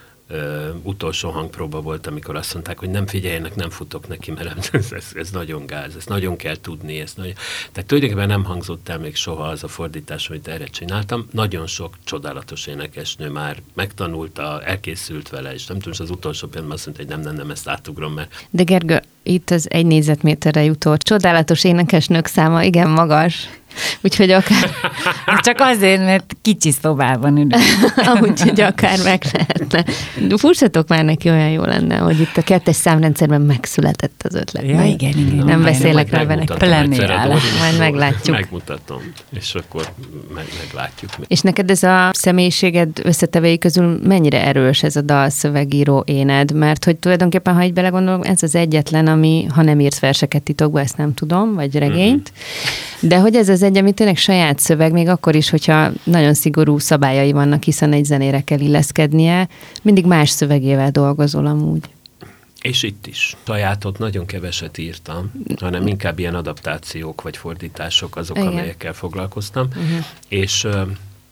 Ö, utolsó hangpróba volt, amikor azt mondták, hogy nem figyeljenek, nem futok neki, mert ez, ez, ez nagyon gáz, ezt nagyon kell tudni. Ezt nagyon... Tehát tulajdonképpen nem hangzott el még soha az a fordítás, amit erre csináltam. Nagyon sok csodálatos énekesnő már megtanulta, elkészült vele, és nem tudom, és az utolsó pillanatban azt mondta, hogy nem, nem, nem, ezt átugrom, mert... De Gergő, itt az egy négyzetméterre jutó csodálatos énekesnők száma igen magas. Úgyhogy akár... Csak azért, mert kicsi szobában ülünk. Úgyhogy akár meg lehetne. Fussatok már neki, olyan jó lenne, hogy itt a kettes számrendszerben megszületett az ötlet. Ja, igen, igen. Nem nem beszélek rá vele. Plenérál. Majd meglátjuk. Megmutatom, és akkor meg, meglátjuk. És neked ez a személyiséged összetevői közül mennyire erős ez a dalszövegíró éned? Mert hogy tulajdonképpen, ha így belegondolok, ez az egyetlen, ami, ha nem írsz verseket titokba, ezt nem tudom, vagy regényt, mm-hmm. de hogy ez az egy, ami tényleg saját szöveg, még akkor is, hogyha nagyon szigorú szabályai vannak, hiszen egy zenére kell illeszkednie, mindig más szövegével dolgozol amúgy. És itt is. Sajátot nagyon keveset írtam, hanem inkább ilyen adaptációk vagy fordítások azok, igen. amelyekkel foglalkoztam, uh-huh. és uh,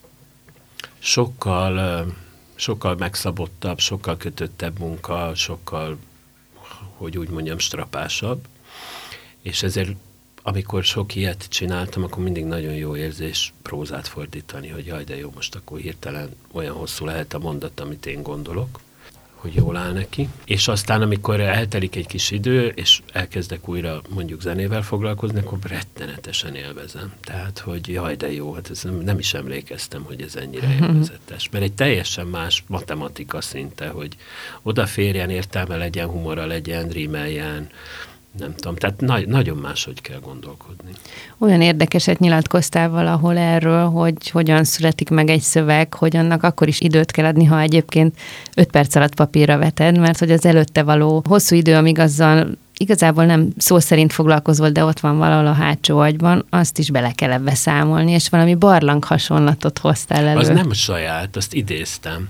sokkal, uh, sokkal megszabottabb, sokkal kötöttebb munka, sokkal, hogy úgy mondjam, strapásabb, és ezért amikor sok ilyet csináltam, akkor mindig nagyon jó érzés prózát fordítani, hogy jaj, de jó, most akkor hirtelen olyan hosszú lehet a mondat, amit én gondolok, hogy jól áll neki. És aztán, amikor eltelik egy kis idő, és elkezdek újra mondjuk zenével foglalkozni, akkor rettenetesen élvezem. Tehát, hogy jaj, de jó, hát ez nem, nem is emlékeztem, hogy ez ennyire élvezetes. Mert egy teljesen más matematika szinte, hogy odaférjen, értelme legyen, humora legyen, rímeljen, nem tudom, tehát na- nagyon máshogy kell gondolkodni. Olyan érdekeset nyilatkoztál valahol erről, hogy hogyan születik meg egy szöveg, hogy annak akkor is időt kell adni, ha egyébként öt perc alatt papírra veted, mert hogy az előtte való hosszú idő, amíg azzal igazából nem szó szerint foglalkozol, de ott van valahol a hátsó agyban, azt is bele kell ebbe számolni, és valami barlang hasonlatot hoztál elő. Az nem saját, azt idéztem.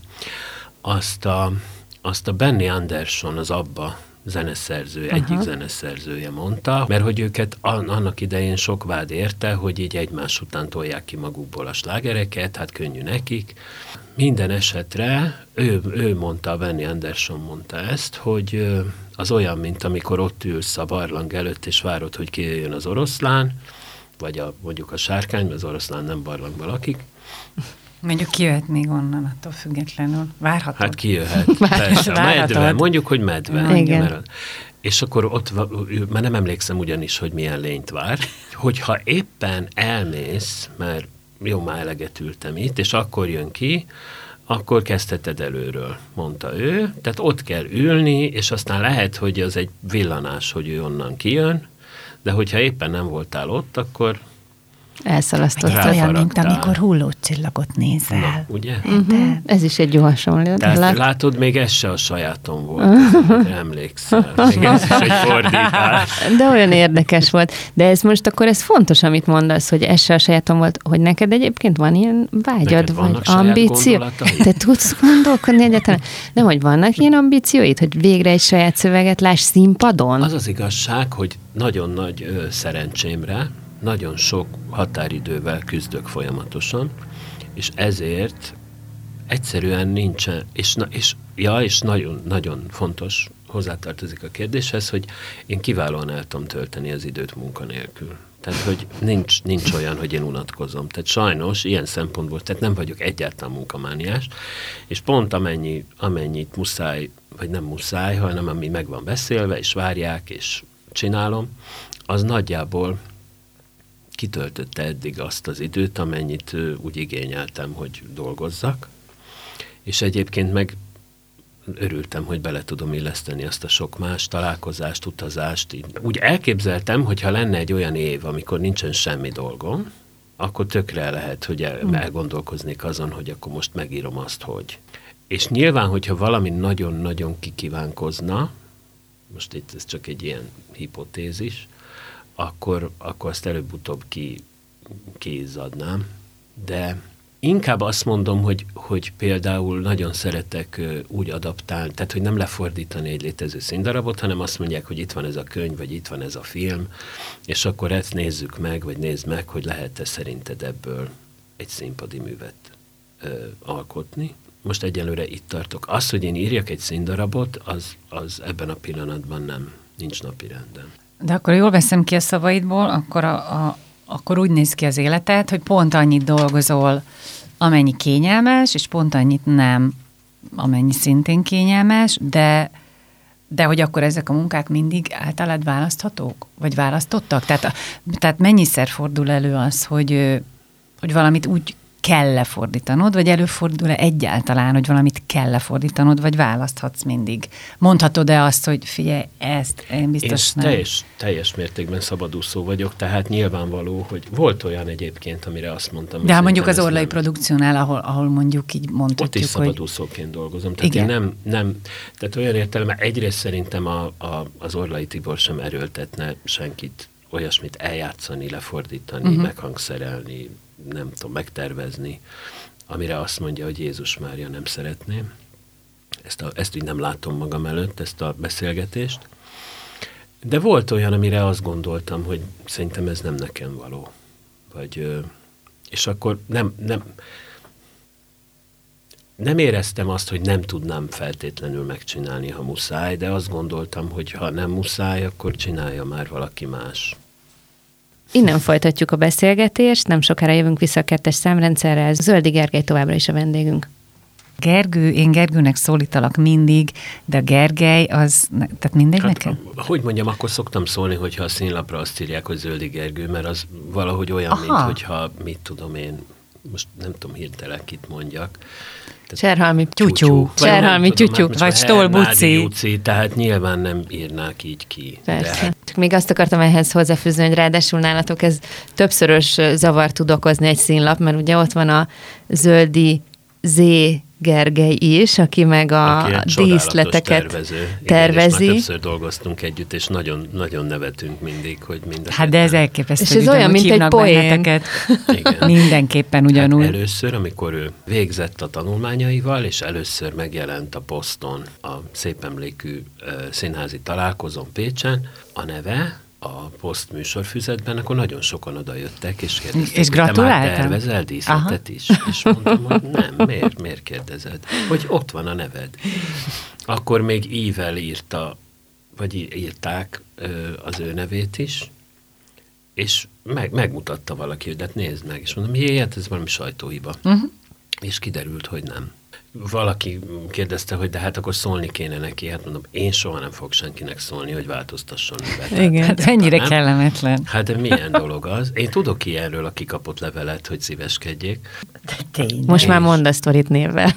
Azt a, azt a Benny Anderson, az Abba zeneszerző, egyik Aha. zeneszerzője mondta, mert hogy őket annak idején sok vád érte, hogy így egymás után tolják ki magukból a slágereket, hát könnyű nekik. Minden esetre ő, ő mondta, Benny Anderson mondta ezt, hogy az olyan, mint amikor ott ülsz a barlang előtt, és várod, hogy kijöjjön az oroszlán, vagy a, mondjuk a sárkány, mert az oroszlán nem barlangban lakik. Mondjuk kijöhet még onnan, attól függetlenül. Várhatod? Hát kijöhet. Persze, medve. Mondjuk, hogy medve. Igen. Mert, és akkor ott, már nem emlékszem ugyanis, hogy milyen lényt vár, hogyha éppen elmész, mert jó, már eleget ültem itt, és akkor jön ki, akkor kezdheted előről, mondta ő. Tehát ott kell ülni, és aztán lehet, hogy az egy villanás, hogy ő onnan kijön, de hogyha éppen nem voltál ott, akkor elszalasztottad. Olyan, mint amikor hullócsillagot nézel. Na, ugye? Uh-huh. Ez is egy jó hasonló. Tehát Lát... látod, még ez se a sajátom volt, ez, emlékszel. Még ez is egy fordítás. De olyan érdekes volt. De ez most akkor ez fontos, amit mondasz, hogy ez se a sajátom volt, hogy neked egyébként van ilyen vágyad, vagy ambíció? Te tudsz gondolkodni egyáltalán? Nem, hogy vannak ilyen ambícióid, hogy végre egy saját szöveget láss színpadon? Az az igazság, hogy nagyon nagy ö, szerencsémre, nagyon sok határidővel küzdök folyamatosan, és ezért egyszerűen nincsen, és, és, ja, és nagyon, nagyon fontos, hozzátartozik a kérdéshez, hogy én kiválóan el tudom tölteni az időt munkanélkül. Tehát, hogy nincs, nincs olyan, hogy én unatkozom. Tehát sajnos ilyen szempontból, tehát nem vagyok egyáltalán munkamániás, és pont amennyi, amennyit muszáj, vagy nem muszáj, hanem ami meg van beszélve, és várják, és csinálom, az nagyjából kitöltötte eddig azt az időt, amennyit úgy igényeltem, hogy dolgozzak, és egyébként meg örültem, hogy bele tudom illeszteni azt a sok más találkozást, utazást. Úgy elképzeltem, hogyha lenne egy olyan év, amikor nincsen semmi dolgom, akkor tökre lehet, hogy el, elgondolkoznék azon, hogy akkor most megírom azt, hogy. És nyilván, hogyha valami nagyon-nagyon kikívánkozna, most itt ez csak egy ilyen hipotézis, akkor, akkor azt előbb-utóbb ki, kiizzadnám. De inkább azt mondom, hogy, hogy például nagyon szeretek úgy adaptálni, tehát hogy nem lefordítani egy létező színdarabot, hanem azt mondják, hogy itt van ez a könyv, vagy itt van ez a film, és akkor ezt nézzük meg, vagy nézd meg, hogy lehet-e szerinted ebből egy színpadi művet ö, alkotni. Most egyelőre itt tartok. Az, hogy én írjak egy színdarabot, az, az ebben a pillanatban nem, nincs napirenden. De akkor jól veszem ki a szavaidból, akkor, a, a, akkor úgy néz ki az életed, hogy pont annyit dolgozol, amennyi kényelmes, és pont annyit nem, amennyi szintén kényelmes, de, de hogy akkor ezek a munkák mindig általad választhatók? Vagy választottak? Tehát, tehát mennyiszer fordul elő az, hogy, hogy valamit úgy kell lefordítanod, vagy előfordul-e egyáltalán, hogy valamit kell lefordítanod, vagy választhatsz mindig? Mondhatod-e azt, hogy figyelj, ezt én biztos én nem? Teljes, teljes mértékben szabadúszó vagyok, tehát nyilvánvaló, hogy volt olyan egyébként, amire azt mondtam. De mondjuk az Orlai produkciónál, ahol, ahol mondjuk így mondhatjuk, ott is szabadúszóként hogy... dolgozom. Tehát igen. én nem, nem, tehát olyan értelemben egyrészt szerintem a, a, az Orlai Tibor sem erőltetne senkit olyasmit eljátszani, lefordítani, uh-huh. meghangszerelni, nem tudom, megtervezni, amire azt mondja, hogy Jézus Mária nem szeretné. Ezt, a, ezt úgy nem látom magam előtt, ezt a beszélgetést. De volt olyan, amire azt gondoltam, hogy szerintem ez nem nekem való. Vagy, és akkor nem, nem, nem éreztem azt, hogy nem tudnám feltétlenül megcsinálni, ha muszáj, de azt gondoltam, hogy ha nem muszáj, akkor csinálja már valaki más. Innen folytatjuk a beszélgetést, nem sokára jövünk vissza a kettes számrendszerrel. Zöldi Gergely továbbra is a vendégünk. Gergő, én Gergőnek szólítalak mindig, de Gergely az, tehát mindegy hát, neked? Hogy mondjam, akkor szoktam szólni, hogyha a színlapra azt írják, hogy Zöldi Gergő, mert az valahogy olyan, Aha. mint hogyha, mit tudom én, most nem tudom hirtelen kit mondjak. Cserhalmi tyutyú. Cserhalmi tyutyú. Vagy Stolbuci. Tehát nyilván nem írnák így ki. Persze. Hát... Csak még azt akartam ehhez hozzáfűzni, hogy ráadásul nálatok ez többszörös zavar tud okozni egy színlap, mert ugye ott van a Zöldi Z. Gergely is, aki meg a aki díszleteket tervező. tervezi. Igen, és már többször dolgoztunk együtt, és nagyon, nagyon nevetünk mindig, hogy minden. Hát de ez elképesztő. És ez olyan, mint egy poén. Mindenképpen ugyanúgy. Hát először, amikor ő végzett a tanulmányaival, és először megjelent a Poszton a szép emlékű uh, színházi találkozón Pécsen, a neve a Poszt műsorfüzetben, akkor nagyon sokan oda jöttek, és kérdezték, és hogy te már tervezel díszletet is? És mondtam, hogy nem, miért, miért kérdezed? Hogy ott van a neved. Akkor még ível írta, vagy írták az ő nevét is, és meg, megmutatta valaki, hogy hát nézd meg, és mondom, jé, hát ez valami sajtóhiba. Uh-huh. És kiderült, hogy nem. Valaki kérdezte, hogy de hát akkor szólni kéne neki. Hát mondom, én soha nem fogok senkinek szólni, hogy változtasson nevet. Igen, hát ennyire nem? kellemetlen. Hát de milyen dolog az? Én tudok ilyenről a kikapott levelet, hogy szíveskedjék. Most és... már mondd a sztorit névvel.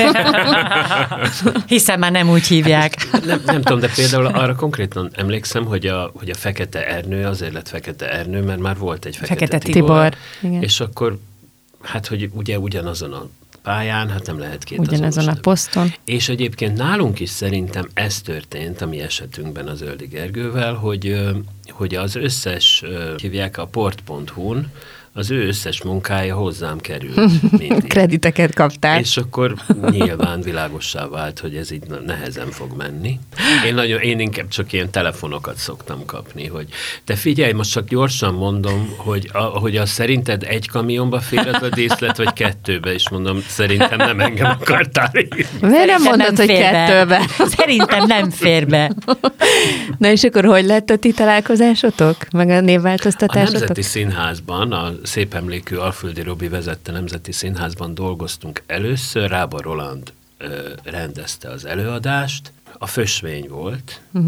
Hiszen már nem úgy hívják. Hát, nem, nem tudom, de például arra konkrétan emlékszem, hogy a, hogy a Fekete Ernő azért lett Fekete Ernő, mert már volt egy Fekete, Fekete Tibor. Tibor. És akkor, hát hogy ugye ugyanazon a pályán, hát nem lehet két ugyanazon a poszton. És egyébként nálunk is szerintem ez történt a mi esetünkben az Zöldi Gergővel, hogy, hogy az összes, hívják a port pont hu-n, az ő összes munkája hozzám került mindig. Krediteket kaptál. És akkor nyilván világossá vált, hogy ez így nehezen fog menni. Én, nagyon, én inkább csak ilyen telefonokat szoktam kapni, hogy te figyelj, most csak gyorsan mondom, hogy a, hogy a szerinted egy kamionba fér a díszlet, vagy kettőbe, és mondom, szerintem nem engem akartál írni. Miért nem mondod, hogy kettőbe? Szerintem nem fér be. Na és akkor hogy lett a ti találkozásotok? Meg a névváltoztatásotok? A Nemzeti Színházban, a szép emlékű Alföldi Robi vezette Nemzeti Színházban dolgoztunk először, Rába Roland ö, rendezte az előadást, a Fösvény volt, uh-huh.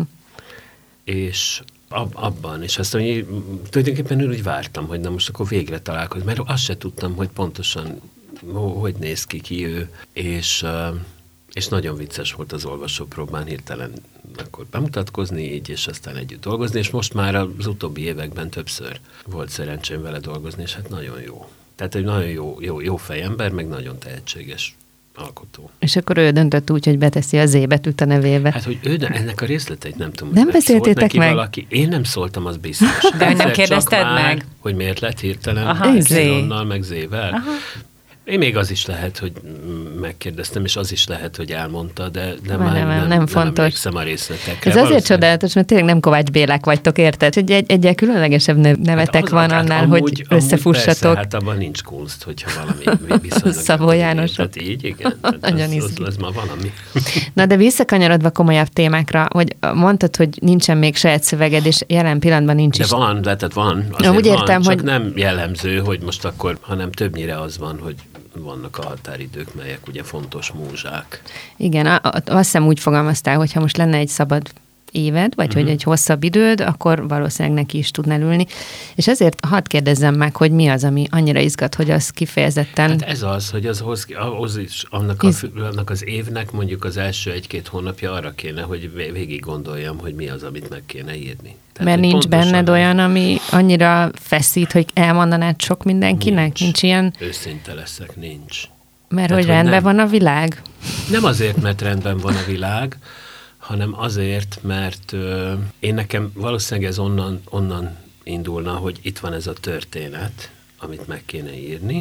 és ab, abban, és azt mondja, tulajdonképpen úgy vártam, hogy na most akkor végre találkozunk, mert azt se tudtam, hogy pontosan hogy néz ki ki ő, és, és nagyon vicces volt az olvasópróbán hirtelen akkor bemutatkozni így, és aztán együtt dolgozni, és most már az utóbbi években többször volt szerencsém vele dolgozni, és hát nagyon jó. Tehát egy nagyon jó, jó, jó fejember, meg nagyon tehetséges alkotó. És akkor ő döntött úgy, hogy beteszi a Z betűt a nevébe. Hát, hogy ő, de ennek a részleteit nem tudom. Nem beszéltétek meg? Valaki. Én nem szóltam, az biztos. De nem kérdezted már, meg? Hogy miért lett hirtelen Aha, Z-onnal, meg Z-vel. Aha. Én még az is lehet, hogy megkérdeztem, és az is lehet, hogy elmondta, de, de már nem, nem, nem, nem emlékszem a részletekre. Ez azért csodálatos, mert tényleg nem Kovács Bélák vagytok, érted? Hogy egy, egyel különlegesebb nevetek hát az, van hát annál, amúgy, hogy összefussatok. Persze, hát abban nincs kunst, hogyha valami viszonylag... Szabó Jánosok. Tehát így, igen. Tehát az, az, az ma valami. Na, de visszakanyarodva komolyabb témákra, hogy mondtad, hogy nincsen még saját szöveged, és jelen pillanatban nincs de is. De van, tehát van. Azért úgy értem, van, hogy... csak nem jellemző, hogy most akkor, hanem többnyire az van, hogy vannak a határidők, melyek ugye fontos múzsák. Igen, azt hiszem úgy fogalmaztál, hogy ha most lenne egy szabad éved, vagy uh-huh. hogy egy hosszabb időd, akkor valószínűleg neki is tudnál ülni. És ezért hadd kérdezzem meg, hogy mi az, ami annyira izgat, hogy az kifejezetten... Hát ez az, hogy az, hoz, az is, annak, a, annak az évnek mondjuk az első egy-két hónapja arra kéne, hogy végig gondoljam, hogy mi az, amit meg kéne írni. Tehát, mert nincs benned olyan, ami annyira feszít, hogy elmondanád sok mindenkinek? Nincs, nincs ilyen... Őszinte leszek, nincs. Mert Tehát, hogy rendben nem, van a világ? Nem azért, mert rendben van a világ, hanem azért, mert ö, én nekem valószínűleg ez onnan, onnan indulna, hogy itt van ez a történet, amit meg kéne írni,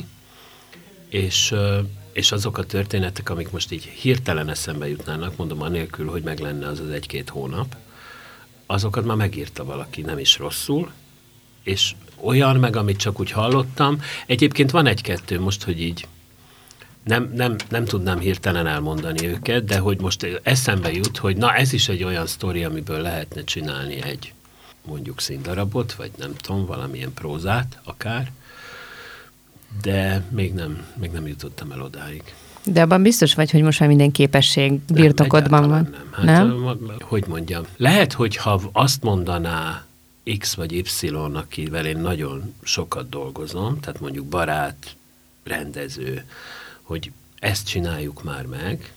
és, ö, és azok a történetek, amik most így hirtelen eszembe jutnának, mondom anélkül, hogy meg lenne az az egy-két hónap, azokat már megírta valaki, nem is rosszul, és olyan meg, amit csak úgy hallottam. Egyébként van egy-kettő most, hogy így nem, nem, nem tudnám hirtelen elmondani őket, de hogy most eszembe jut, hogy na ez is egy olyan sztori, amiből lehetne csinálni egy mondjuk színdarabot, vagy nem tudom, valamilyen prózát akár, de még nem, még nem jutottam el odáig. De abban biztos vagy, hogy most már minden képesség birtokodban nem, van. Nem, hát, nem? Hogy mondjam, lehet, hogy ha azt mondaná X vagy Y, akivel én nagyon sokat dolgozom, tehát mondjuk barát, rendező, hogy ezt csináljuk már meg,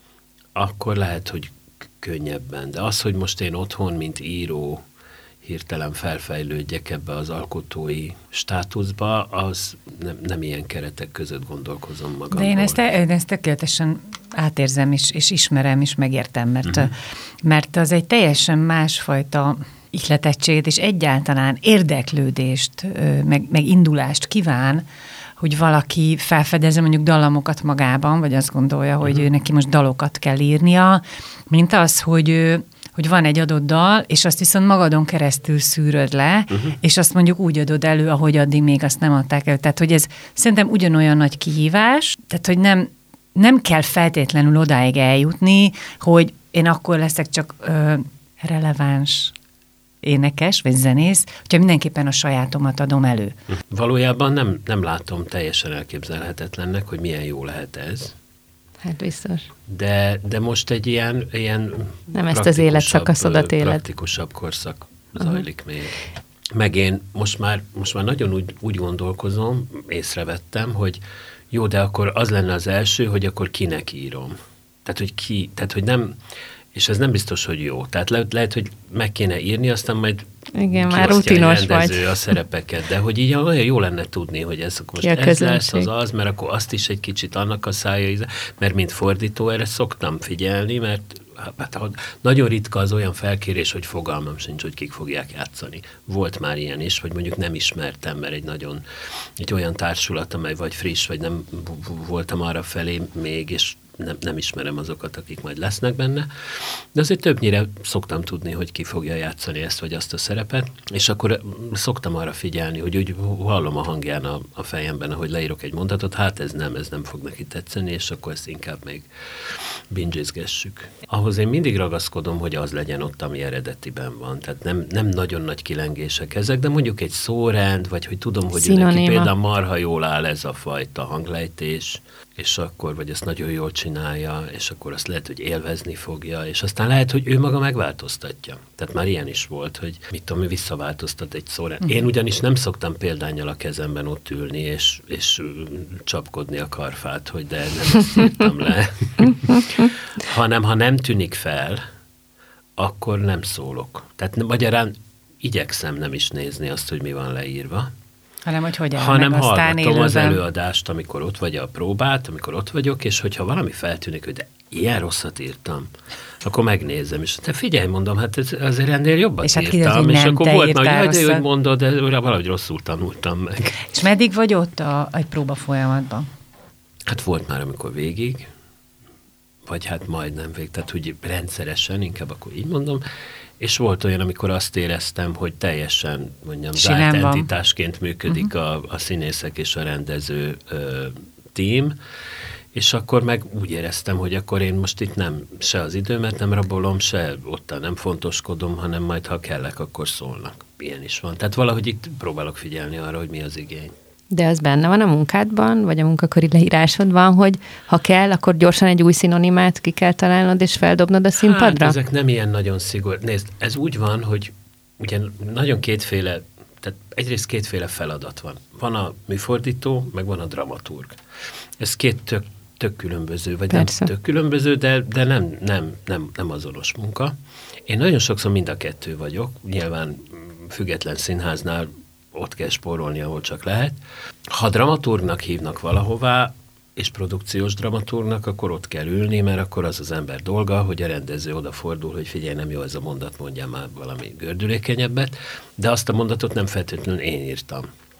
akkor lehet, hogy könnyebben. De az, hogy most én otthon, mint író, hirtelen felfejlődjek ebbe az alkotói státuszba, az nem, nem ilyen keretek között gondolkozom magamról. De én ezt, én ezt tökéletesen átérzem, és, és ismerem, és megértem, mert, uh-huh. mert az egy teljesen másfajta ihletettséget, és egyáltalán érdeklődést, meg, meg indulást kíván, hogy valaki felfedezze mondjuk dallamokat magában, vagy azt gondolja, hogy uh-huh. ő neki most dalokat kell írnia, mint az, hogy hogy van egy adott dal, és azt viszont magadon keresztül szűröd le, uh-huh. és azt mondjuk úgy adod elő, ahogy addig még azt nem adták elő. Tehát, hogy ez szerintem ugyanolyan nagy kihívás, tehát, hogy nem, nem kell feltétlenül odáig eljutni, hogy én akkor leszek csak ö, releváns énekes, vagy zenész, hogyha mindenképpen a sajátomat adom elő. Valójában nem, nem látom teljesen elképzelhetetlennek, hogy milyen jó lehet ez. Hát biztos. De, de most egy ilyen, ilyen nem ezt az életszakaszodat élet. Praktikusabb korszak zajlik uh-huh. még. Meg én most már, most már nagyon úgy, úgy gondolkozom, észrevettem, hogy jó, de akkor az lenne az első, hogy akkor kinek írom. Tehát, hogy ki, tehát, hogy nem, és ez nem biztos, hogy jó. Tehát le, lehet, hogy meg kéne írni, aztán majd igen, már rutinos vagy. A szerepeket, de hogy így olyan jó lenne tudni, hogy ez most ez lesz, az az, mert akkor azt is egy kicsit annak a szája, mert mint fordító erre szoktam figyelni, mert hát, nagyon ritka az olyan felkérés, hogy fogalmam sincs, hogy kik fogják játszani. Volt már ilyen is, hogy mondjuk nem ismertem, mert egy nagyon, egy olyan társulat, amely vagy friss, vagy nem voltam arra felé még, és Nem, nem ismerem azokat, akik majd lesznek benne, de azért többnyire szoktam tudni, hogy ki fogja játszani ezt vagy azt a szerepet, és akkor szoktam arra figyelni, hogy úgy hallom a hangján a, a fejemben, ahogy leírok egy mondatot, hát ez nem, ez nem fog neki tetszeni, és akkor ezt inkább még bingézgessük. Ahhoz én mindig ragaszkodom, hogy az legyen ott, ami eredetiben van, tehát nem, nem nagyon nagy kilengések ezek, de mondjuk egy szórend, vagy hogy tudom, hogy neki például marha jól áll ez a fajta hanglejtés, és akkor, vagy ezt nagyon jól csinálja, és akkor azt lehet, hogy élvezni fogja, és aztán lehet, hogy ő maga megváltoztatja. Tehát már ilyen is volt, hogy mit tudom, ő visszaváltoztat egy szóra. Én ugyanis nem szoktam példánnyal a kezemben ott ülni, és, és csapkodni a karfát, hogy de nem ezt írtam le. Hanem, ha nem tűnik fel, akkor nem szólok. Tehát magyarán igyekszem nem is nézni azt, hogy mi van leírva, hanem hogy hogy hanem hallgatom az előadást, amikor ott vagy a próbát, amikor ott vagyok, és hogyha valami feltűnik, hogy de ilyen rosszat írtam, akkor megnézem, és te figyelj, mondom, hát ez, azért ennél jobbat és írtam, hát és akkor volt majd, hogy hogy mondod, de valahogy rosszul tanultam meg. És meddig vagy ott a, egy próba folyamatban? Hát volt már, amikor végig, vagy hát majdnem végig, tehát úgy rendszeresen, inkább akkor így mondom, és volt olyan, amikor azt éreztem, hogy teljesen, mondjam, zárt entitásként működik uh-huh. a, a színészek és a rendező ö, tím, és akkor meg úgy éreztem, hogy akkor én most itt nem, se az időmet nem rabolom, se ottan nem fontoskodom, hanem majd ha kellek, akkor szólnak. Ilyen is van. Tehát valahogy itt próbálok figyelni arra, hogy mi az igény. De az benne van a munkádban, vagy a munkakori leírásodban, hogy ha kell, akkor gyorsan egy új szinonimát ki kell találnod, és feldobnod a színpadra? Hát ezek nem ilyen nagyon szigorú. Nézd, ez úgy van, hogy ugye nagyon kétféle, tehát egyrészt kétféle feladat van. Van a műfordító, meg van a dramaturg. Ez két tök, tök különböző, vagy Persze. nem tök különböző, de, de nem, nem, nem, nem azonos munka. Én nagyon sokszor mind a kettő vagyok, nyilván független színháznál ott kell spórolni, ahol csak lehet. Ha dramaturgnak hívnak valahová, és produkciós dramaturgnak, akkor ott kell ülni, mert akkor az az ember dolga, hogy a rendező odafordul, hogy figyelj, nem jó ez a mondat, mondjál már valami gördülékenyebbet, de azt a mondatot nem feltétlenül én írtam.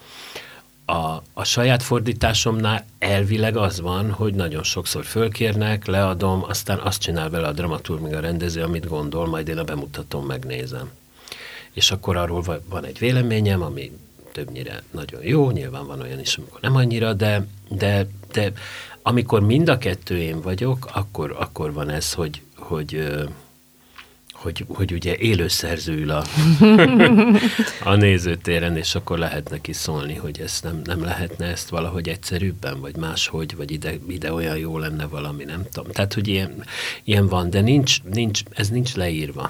A, a saját fordításomnál elvileg az van, hogy nagyon sokszor fölkérnek, leadom, aztán azt csinál vele a dramaturg, meg a rendező, amit gondol, majd én a bemutatom, megnézem. És akkor arról van egy véleményem, ami többnyire nagyon jó, nyilván van olyan is, amikor nem annyira, de, de, de amikor mind a kettő én vagyok, akkor, akkor van ez, hogy, hogy, hogy, hogy ugye élőszerző ül a, a nézőtéren, és akkor lehet neki szólni, hogy ezt nem, nem lehetne ezt valahogy egyszerűbben, vagy máshogy, vagy ide, ide olyan jó lenne valami, nem tudom. Tehát, hogy ilyen, ilyen van, de nincs, nincs, ez nincs leírva.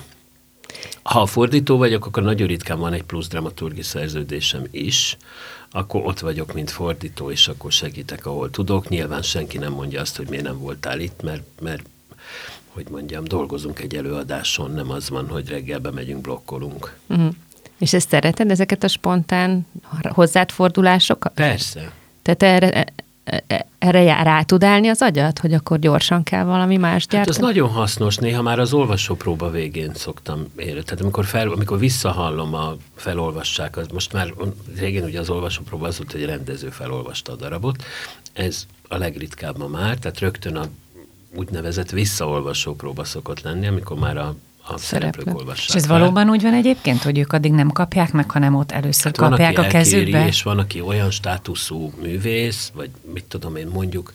Ha fordító vagyok, akkor nagyon ritkán van egy plusz dramaturgi szerződésem is, akkor ott vagyok, mint fordító, és akkor segítek, ahol tudok. Nyilván senki nem mondja azt, hogy miért nem voltál itt, mert, mert hogy mondjam, dolgozunk egy előadáson, nem az van, hogy reggel bemegyünk, blokkolunk. Uh-huh. És ezt szereted, ezeket a spontán hozzád fordulásokat? Persze. Tehát erre, erre jár, rá tud állni az agyad, hogy akkor gyorsan kell valami más gyártani? Hát az nagyon hasznos, néha már az olvasópróba végén szoktam érni. Tehát amikor, fel, amikor visszahallom a felolvassák, az most már régen ugye az olvasópróba az volt, hogy a rendező felolvasta a darabot, ez a legritkább ma már, tehát rögtön a úgynevezett visszaolvasó próba szokott lenni, amikor már a, a szereplők olvassák. És ez fel. Valóban úgy van egyébként, hogy ők addig nem kapják meg, hanem ott először hát kapják van, a kezükbe? És van, aki olyan státuszú művész, vagy mit tudom én mondjuk,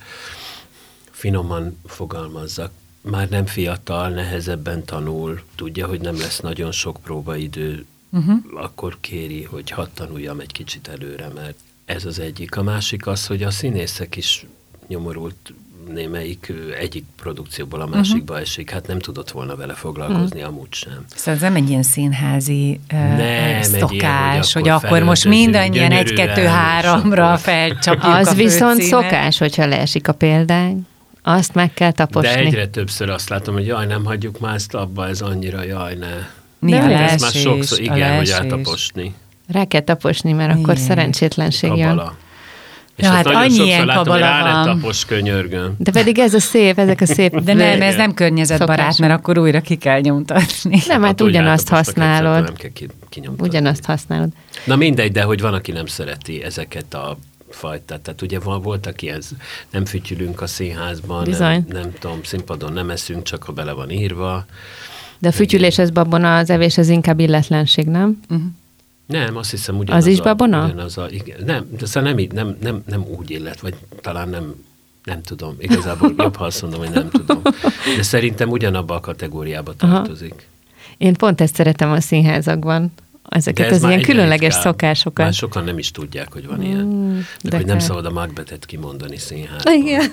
finoman fogalmazzak, már nem fiatal, nehezebben tanul, tudja, hogy nem lesz nagyon sok próbaidő, uh-huh. akkor kéri, hogy hadd tanuljam egy kicsit előre, mert ez az egyik. A másik az, hogy a színészek is nyomorult némelyik egyik produkcióból a másikba uh-huh. esik, hát nem tudott volna vele foglalkozni, uh-huh. amúgy sem. Szóval ez nem egy ilyen színházi uh, szokás, ilyen, hogy, hogy akkor, akkor most mindannyian egy-kettő-háromra felcsapjuk az a viszont főcímet. Szokás, hogyha leesik a példány. Azt meg kell taposni. De egyre többször azt látom, hogy jaj, nem hagyjuk már ezt abba, ez annyira jaj, ne. Mi a leesés, ez már sokszor, igen, hogy eltaposni. Rá kell taposni, mert igen. akkor szerencsétlenség jön. És ja, hát annyi ilyen kabala van. Tapos, könyörgöm. De pedig ez a szép, ezek a szép... De nem, ez nem környezetbarát, mert akkor újra ki kell nyomtatni. Nem, hát ugyanazt használod. Nem kell kinyomtatni. Ugyanazt használod. Na mindegy, de hogy van, aki nem szereti ezeket a fajtát. Tehát ugye voltak ilyen, nem fütyülünk a színházban, nem, nem tudom, színpadon nem eszünk, csak ha bele van írva. De a fütyülés, ez babona, az evés, az inkább illetlenség, nem? Uh-huh. Nem, azt hiszem ugyanaz az is a, babona? Ugyanaz a, igen, nem, de szóval nem, nem, nem, nem úgy illet, vagy talán nem, nem tudom. Igazából jobb, ha azt mondom, hogy nem tudom. De szerintem ugyanabba a kategóriába tartozik. Aha. Én pont ezt szeretem a színházakban. Ezeket az ilyen különleges ritkább. Szokásokat. Már sokan nem is tudják, hogy van ilyen. Mm, de, de hogy nem szabad a Macbethet kimondani színházban. Igen.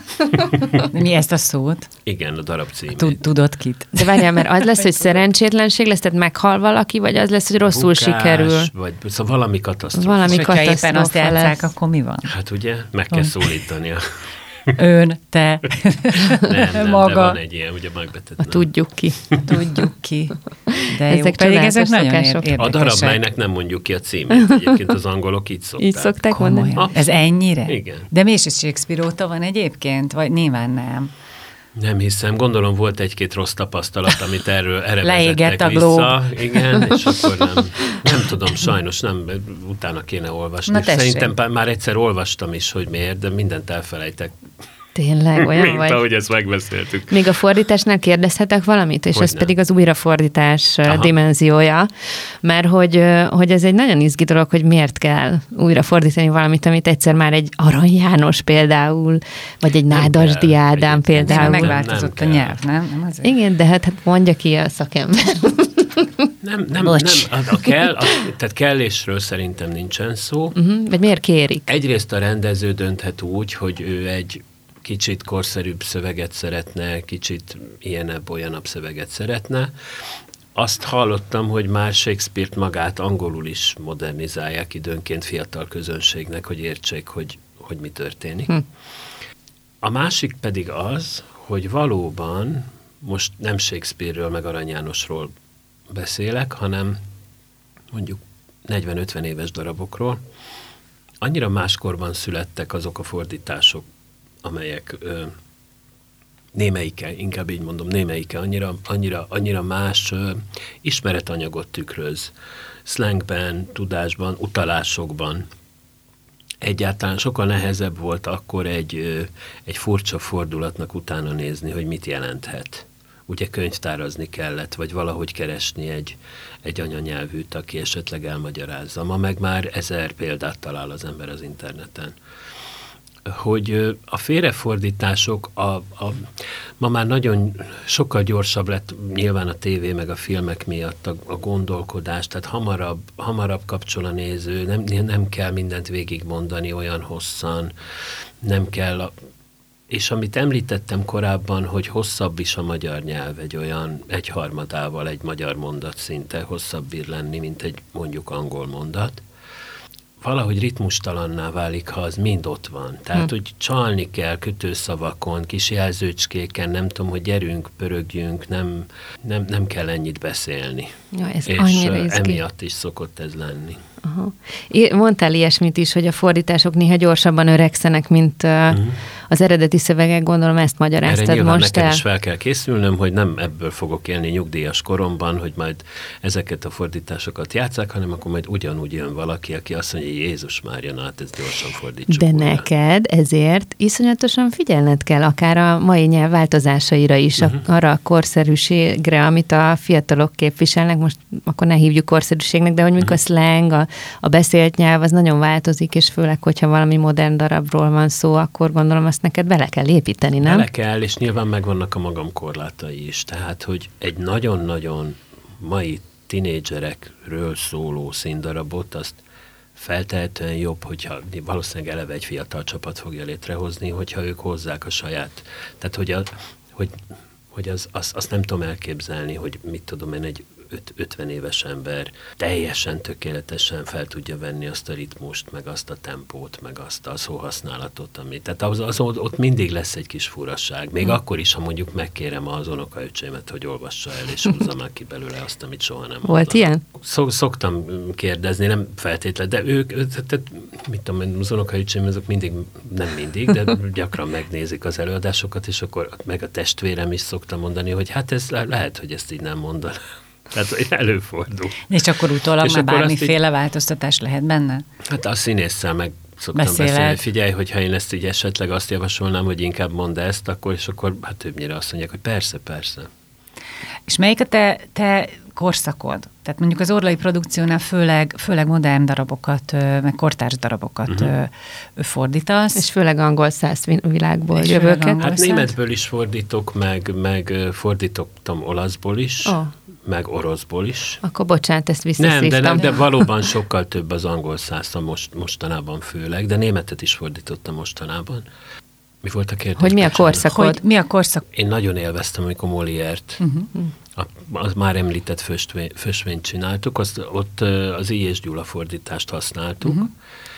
Mi ezt a szót? Igen, a darab címét. Tudod kit? De várjál, mert az lesz, hogy szerencsétlenség lesz, tehát meghal valaki, vagy az lesz, hogy rosszul Bukás, sikerül. Vagy szóval valami katasztrófa. Valami és hogyha éppen azt játsszák, lesz. Akkor mi van? Hát ugye, meg kell szólítani a... Ön, te, nem, nem, maga. De van egy ilyen, ugye Macbethet. A tudjuk ki. Tudjuk ki. De ezek jó, pedig ezek nagyon érdekesek. A darab, melynek nem mondjuk ki a címét. Egyébként az angolok így szokták. Így szokták mondani. Ez ennyire? Igen. De mi is Shakespeare óta van egyébként? Vagy nyilván nem. Nem hiszem. Gondolom volt egy-két rossz tapasztalat, amit erről erre leégett a vissza. Igen, és akkor nem, nem tudom, sajnos nem, utána kéne olvasni. Szerintem már egyszer olvastam is, hogy miért, de mindent elfelejtek. Tényleg, olyan Mint vagy. ahogy ezt megbeszéltük. Még a fordításnál kérdezhetek valamit, és hogy ez nem. pedig az újrafordítás Aha. dimenziója, mert hogy, hogy ez egy nagyon izgi dolog, hogy miért kell újrafordítani valamit, amit egyszer már egy Arany János például, vagy egy Nádasdy Ádám például. Nem, megváltozott nem a nyelv, nem? nem azért. Igen, de hát, hát mondja ki a szakember. Nem, nem, nem a, a kell, a, tehát kellésről szerintem nincsen szó. Uh-huh, vagy miért kérik? Egyrészt a rendező dönthet úgy, hogy ő egy kicsit korszerűbb szöveget szeretne, kicsit ilyenebb, olyanabb szöveget szeretne. Azt hallottam, hogy már Shakespeare-t magát angolul is modernizálják időnként fiatal közönségnek, hogy értsék, hogy, hogy mi történik. Hm. A másik pedig az, hogy valóban, most nem Shakespeare-ről meg Arany Jánosról beszélek, hanem mondjuk negyven-ötven éves darabokról. Annyira máskorban születtek azok a fordítások, amelyek ö, némelyike, inkább így mondom, némelyike annyira, annyira, annyira más ö, ismeretanyagot tükröz. Slangben, tudásban, utalásokban. Egyáltalán sokkal nehezebb volt akkor egy, ö, egy furcsa fordulatnak utána nézni, hogy mit jelenthet. Ugye könyvtárazni kellett, vagy valahogy keresni egy, egy anyanyelvűt, aki esetleg elmagyarázza. Ma meg már ezer példát talál az ember az interneten. hogy a félrefordítások a, a, ma már nagyon sokkal gyorsabb lett nyilván a tévé meg a filmek miatt a, a gondolkodás, tehát hamarabb, hamarabb kapcsol a néző, nem, nem kell mindent végigmondani olyan hosszan, nem kell, a, és amit említettem korábban, hogy hosszabb is a magyar nyelv, egy olyan egyharmadával egy magyar mondat szinte hosszabb bír lenni, mint egy mondjuk angol mondat, valahogy ritmustalanná válik, ha az mind ott van. Tehát, hm. hogy csalni kell kötőszavakon, kis jelzőcskéken, nem tudom, hogy gyerünk, pörögjünk, nem, nem, nem kell ennyit beszélni. Ja, ez és emiatt is szokott ez lenni. Aha. Mondtál ilyesmit is, hogy a fordítások néha gyorsabban öregszenek, mint uh-huh. az eredeti szövegek, gondolom ezt magyaráztad Erre most nekem el. is fel kell készülnöm, hogy nem ebből fogok élni nyugdíjas koromban, hogy majd ezeket a fordításokat játsszák, hanem akkor majd ugyanúgy jön valaki, aki azt mondja, hogy Jézus Mária, na hát ezt gyorsan fordítsuk. De újra. neked ezért iszonyatosan figyelned kell, akár a mai nyelv változásaira is, uh-huh. arra a korszerűségre, amit a fiatalok képviselnek, most akkor ne hívjuk korszerűségnek, de hogy mikor uh-huh. a slang, a A beszélt nyelv az nagyon változik, és főleg, hogyha valami modern darabról van szó, akkor gondolom azt neked bele kell építeni, nem? Bele kell, és nyilván megvannak a magam korlátai is. Tehát, hogy egy nagyon-nagyon mai tinédzserekről szóló színdarabot, azt feltehetően jobb, hogyha valószínűleg eleve egy fiatal csapat fogja létrehozni, hogyha ők hozzák a saját. Tehát, hogy, a, hogy, hogy az, az, azt nem tudom elképzelni, hogy mit tudom én, egy ötven éves ember teljesen tökéletesen fel tudja venni azt a ritmust, meg azt a tempót, meg azt a szóhasználatot, ami. Tehát az, az, ott mindig lesz egy kis furaság. Még mm. akkor is, ha mondjuk megkérem az unokaöcsémet, hogy olvassa el, és húzza már ki belőle azt, amit soha nem volt ilyen? Szok, szoktam kérdezni, nem feltétlenül, de ők, tehát, mit tudom, az unokaöcsém, azok mindig, nem mindig, de gyakran megnézik az előadásokat, és akkor meg a testvérem is szoktam mondani, hogy hát ez lehet, hogy ezt így nem mondanám. Tehát előfordul. És akkor utólag és már akkor bármiféle így, változtatás lehet benne? Hát a színésszel meg szoktam Beszéled. beszélni. Figyelj, hogyha én ezt így esetleg azt javasolnám, hogy inkább mondd ezt, akkor, és akkor hát többnyire azt mondják, hogy persze, persze. És melyik a te, te korszakod? Tehát mondjuk az Orlai produkciónál főleg, főleg modern darabokat, meg kortárs darabokat uh-huh. fordítasz. És főleg angol száz világból jövök. Hát németből is fordítok, meg, meg fordítottam olaszból is. Oh. Meg oroszból is. Akkor bocsánat, ezt visszaszívtam. Nem, de, nem, de valóban sokkal több az angol száz most, mostanában főleg, de németet is fordítottam mostanában. Mi volt a kérdés? Hogy mi a korszakod? Hogy mi a korszak? Én nagyon élveztem, amikor Molière-t, uh-huh. a, az már említett Fösvény, Fösvényt csináltuk, az, ott az I. és Gyula fordítást használtuk, uh-huh.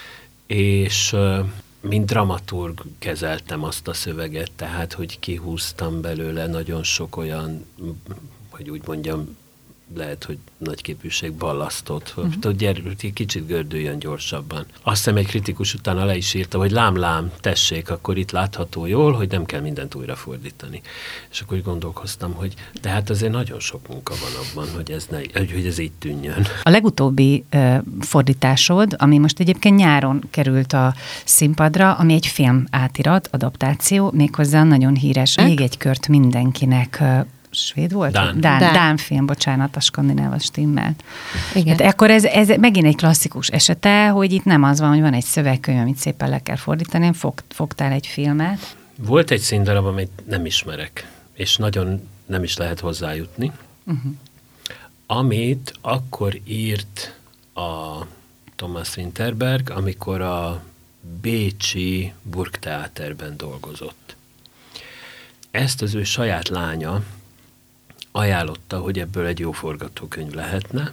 és mint dramaturg kezeltem azt a szöveget, tehát, hogy kihúztam belőle nagyon sok olyan, hogy úgy mondjam, lehet, hogy nagyképűség ballasztott, uh-huh. hogy gyere, kicsit gördüljön gyorsabban. Azt hiszem egy kritikus utána le is írta, hogy lám-lám, tessék, akkor itt látható jól, hogy nem kell mindent újra fordítani. És akkor úgy gondolkoztam, hogy de hát azért nagyon sok munka van abban, hogy ez, ne, hogy ez így tűnjön. A legutóbbi uh, fordításod, ami most egyébként nyáron került a színpadra, ami egy film átirat, adaptáció, méghozzá nagyon híres, még egy kört mindenkinek uh, svéd volt? Dán. Dán, Dán. Dán film, bocsánat, a skandinávas stimmelt. Igen. Hát akkor ez, ez megint egy klasszikus esete, hogy itt nem az van, hogy van egy szövegkönyv, amit szépen le kell fordítani, fog, fogtál egy filmet. Volt egy színdarab, amit nem ismerek, és nagyon nem is lehet hozzájutni, uh-huh. amit akkor írt a Thomas Winterberg, amikor a bécsi Burgtheaterben dolgozott. Ezt az ő saját lánya ajánlotta, hogy ebből egy jó forgatókönyv lehetne,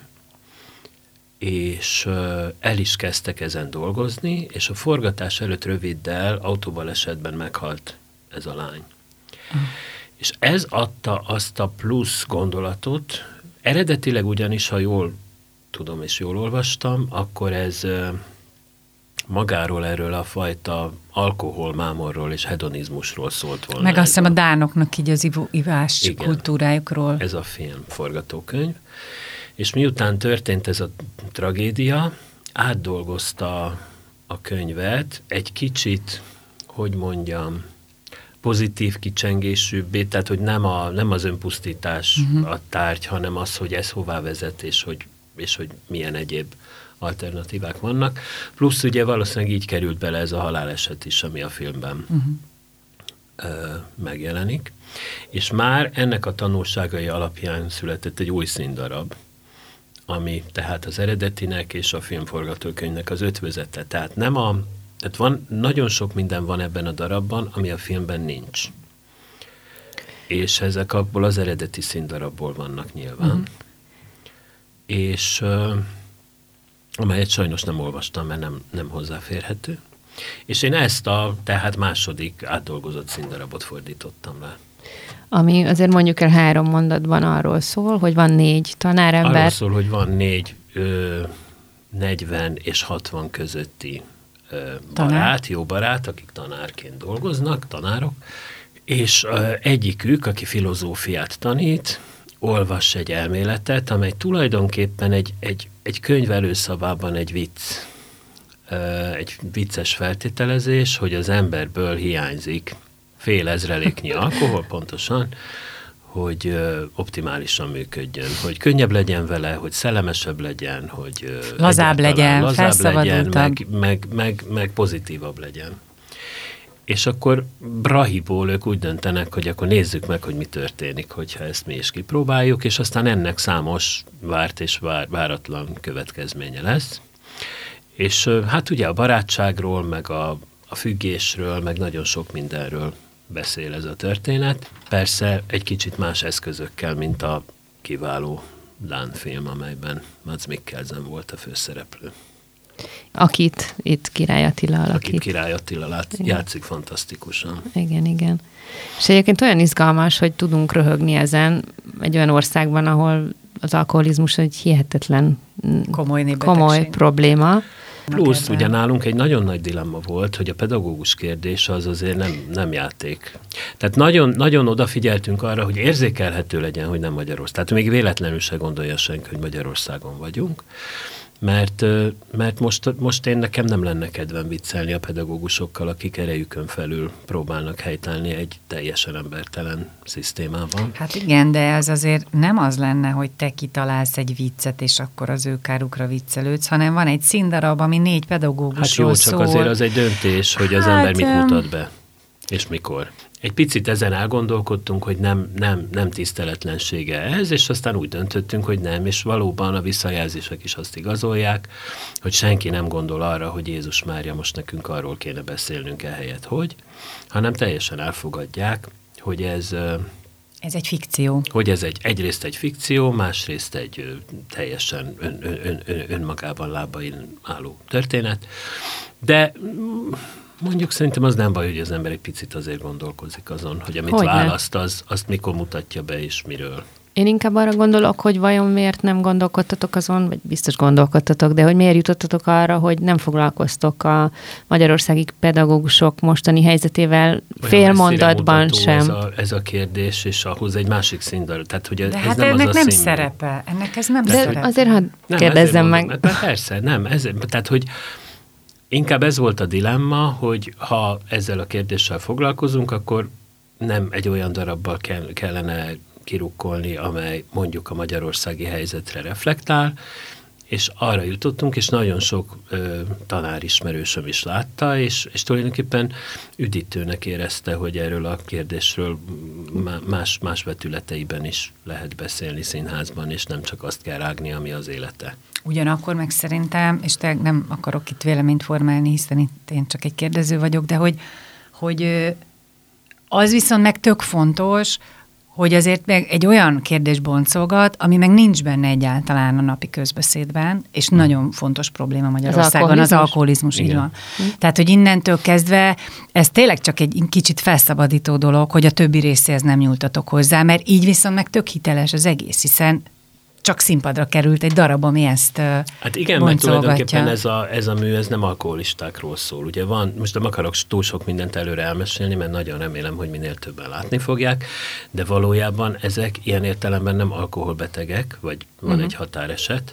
és el is kezdtek ezen dolgozni, és a forgatás előtt röviddel autóbalesetben meghalt ez a lány. Uh. És ez adta azt a plusz gondolatot, eredetileg ugyanis, ha jól tudom és jól olvastam, akkor ez magáról erről a fajta alkoholmámorról és hedonizmusról szólt volna. Meg azt hiszem a dánoknak így az ivó, ivás igen, kultúrájukról. Ez a film forgatókönyv. És miután történt ez a tragédia, átdolgozta a könyvet egy kicsit, hogy mondjam, pozitív kicsengésűbbé, tehát hogy nem, a, nem az önpusztítás uh-huh. a tárgy, hanem az, hogy ez hová vezet, és hogy és hogy milyen egyéb alternatívák vannak. Plusz ugye valószínűleg így került bele ez a haláleset is, ami a filmben uh-huh. ö, megjelenik. És már ennek a tanulságai alapján született egy új színdarab, ami tehát az eredetinek és a filmforgatókönyvnek az ötvözete. Tehát nem a, tehát van, nagyon sok minden van ebben a darabban, ami a filmben nincs. És ezek abból az eredeti színdarabból vannak nyilván. Uh-huh. És uh, amelyet sajnos nem olvastam, mert nem, nem hozzáférhető. És én ezt a tehát második átdolgozott színdarabot fordítottam le. Ami azért mondjuk el három mondatban arról szól, hogy van négy tanárember. Arról szól, hogy van négy ö, negyven és hatvan közötti ö, barát, jó barát, akik tanárként dolgoznak, tanárok, és ö, egyikük, aki filozófiát tanít, olvas egy elméletet, amely tulajdonképpen egy, egy, egy könyv előszavában egy vicc, ö, egy vicces feltételezés, hogy az emberből hiányzik fél ezreléknyi alkohol pontosan, hogy ö, optimálisan működjön, hogy könnyebb legyen vele, hogy szellemesebb legyen, hogy ö, lazább legyen, lazább legyen, meg, meg, meg, meg pozitívabb legyen. És akkor brahiból ők úgy döntenek, hogy akkor nézzük meg, hogy mi történik, hogyha ezt mi is kipróbáljuk, és aztán ennek számos várt és vár, váratlan következménye lesz. És ö, hát ugye a barátságról, meg a, a függésről, meg nagyon sok mindenről beszél ez a történet. Persze egy kicsit más eszközökkel, mint a kiváló dán film, amelyben Mads Mikkelsen volt a főszereplő. Akit itt Király Attila alakít. Akit Király Attila lát, játszik fantasztikusan. Igen, igen. És egyébként olyan izgalmas, hogy tudunk röhögni ezen egy olyan országban, ahol az alkoholizmus egy hihetetlen komoly, komoly probléma. Plusz ugye nálunk egy nagyon nagy dilemma volt, hogy a pedagógus kérdés az azért nem, nem játék. Tehát nagyon, nagyon odafigyeltünk arra, hogy érzékelhető legyen, hogy nem Magyarország. Tehát még véletlenül se gondolja senki, hogy Magyarországon vagyunk. Mert, mert most, most én nekem nem lenne kedvem viccelni a pedagógusokkal, akik erejükön felül próbálnak helytállni egy teljesen embertelen szisztémában. Hát igen, de ez azért nem az lenne, hogy te kitalálsz egy viccet, és akkor az ő kárukra viccelődsz, hanem van egy színdarab, ami négy pedagógusról hát jó, szól. csak azért az egy döntés, hogy az hát, ember mit mutat be, és mikor. Egy picit ezen elgondolkodtunk, hogy nem, nem, nem tiszteletlensége ez, és aztán úgy döntöttünk, hogy nem, és valóban a visszajelzések is azt igazolják, hogy senki nem gondol arra, hogy Jézus Mária most nekünk arról kéne beszélnünk ehelyett, hogy, hanem teljesen elfogadják, hogy ez... Ez egy fikció. Hogy ez egy, egyrészt egy fikció, másrészt egy teljesen ön, ön, ön, önmagában lábain álló történet, de... Mondjuk szerintem az nem baj, hogy az ember egy picit azért gondolkozik azon, hogy amit hogy választ, az, azt mikor mutatja be, és miről. Én inkább arra gondolok, hogy vajon miért nem gondolkodtatok azon, vagy biztos gondolkodtatok, de hogy miért jutottatok arra, hogy nem foglalkoztok a magyarországi pedagógusok mostani helyzetével fél mondatban sem. Ez a, ez a kérdés, és ahhoz egy másik színdarab. Tehát, hogy ez de hát nem ennek az a nem színű. szerepe. Ennek ez nem de szerepe. Azért, ha kérdezzem meg. Mondom, persze, nem. Ez, tehát, hogy inkább ez volt a dilemma, hogy ha ezzel a kérdéssel foglalkozunk, akkor nem egy olyan darabbal kell, kellene kirukkolni, amely mondjuk a magyarországi helyzetre reflektál, és arra jutottunk, és nagyon sok ö, tanárismerősöm is látta, és, és tulajdonképpen üdítőnek érezte, hogy erről a kérdésről más, más vetületeiben is lehet beszélni színházban, és nem csak azt kell rágni, ami az élete. Ugyanakkor meg szerintem, és te nem akarok itt véleményt formálni, hiszen itt én csak egy kérdező vagyok, de hogy, hogy az viszont meg tök fontos, hogy azért meg egy olyan kérdés boncolgat, ami meg nincs benne egyáltalán a napi közbeszédben, és hmm. nagyon fontos probléma Magyarországon, az alkoholizmus, az alkoholizmus így van. Hmm. Tehát, hogy innentől kezdve ez tényleg csak egy kicsit felszabadító dolog, hogy a többi részéhez nem nyúltatok hozzá, mert így viszont meg tök hiteles az egész, hiszen csak színpadra került egy darab, ami ezt hát igen, mert tulajdonképpen ez a, ez a mű, ez nem alkoholistákról szól. Ugye van, most nem akarok túl sok mindent előre elmesélni, mert nagyon remélem, hogy minél többen látni fogják, de valójában ezek ilyen értelemben nem alkoholbetegek, vagy van uh-huh. egy határeset.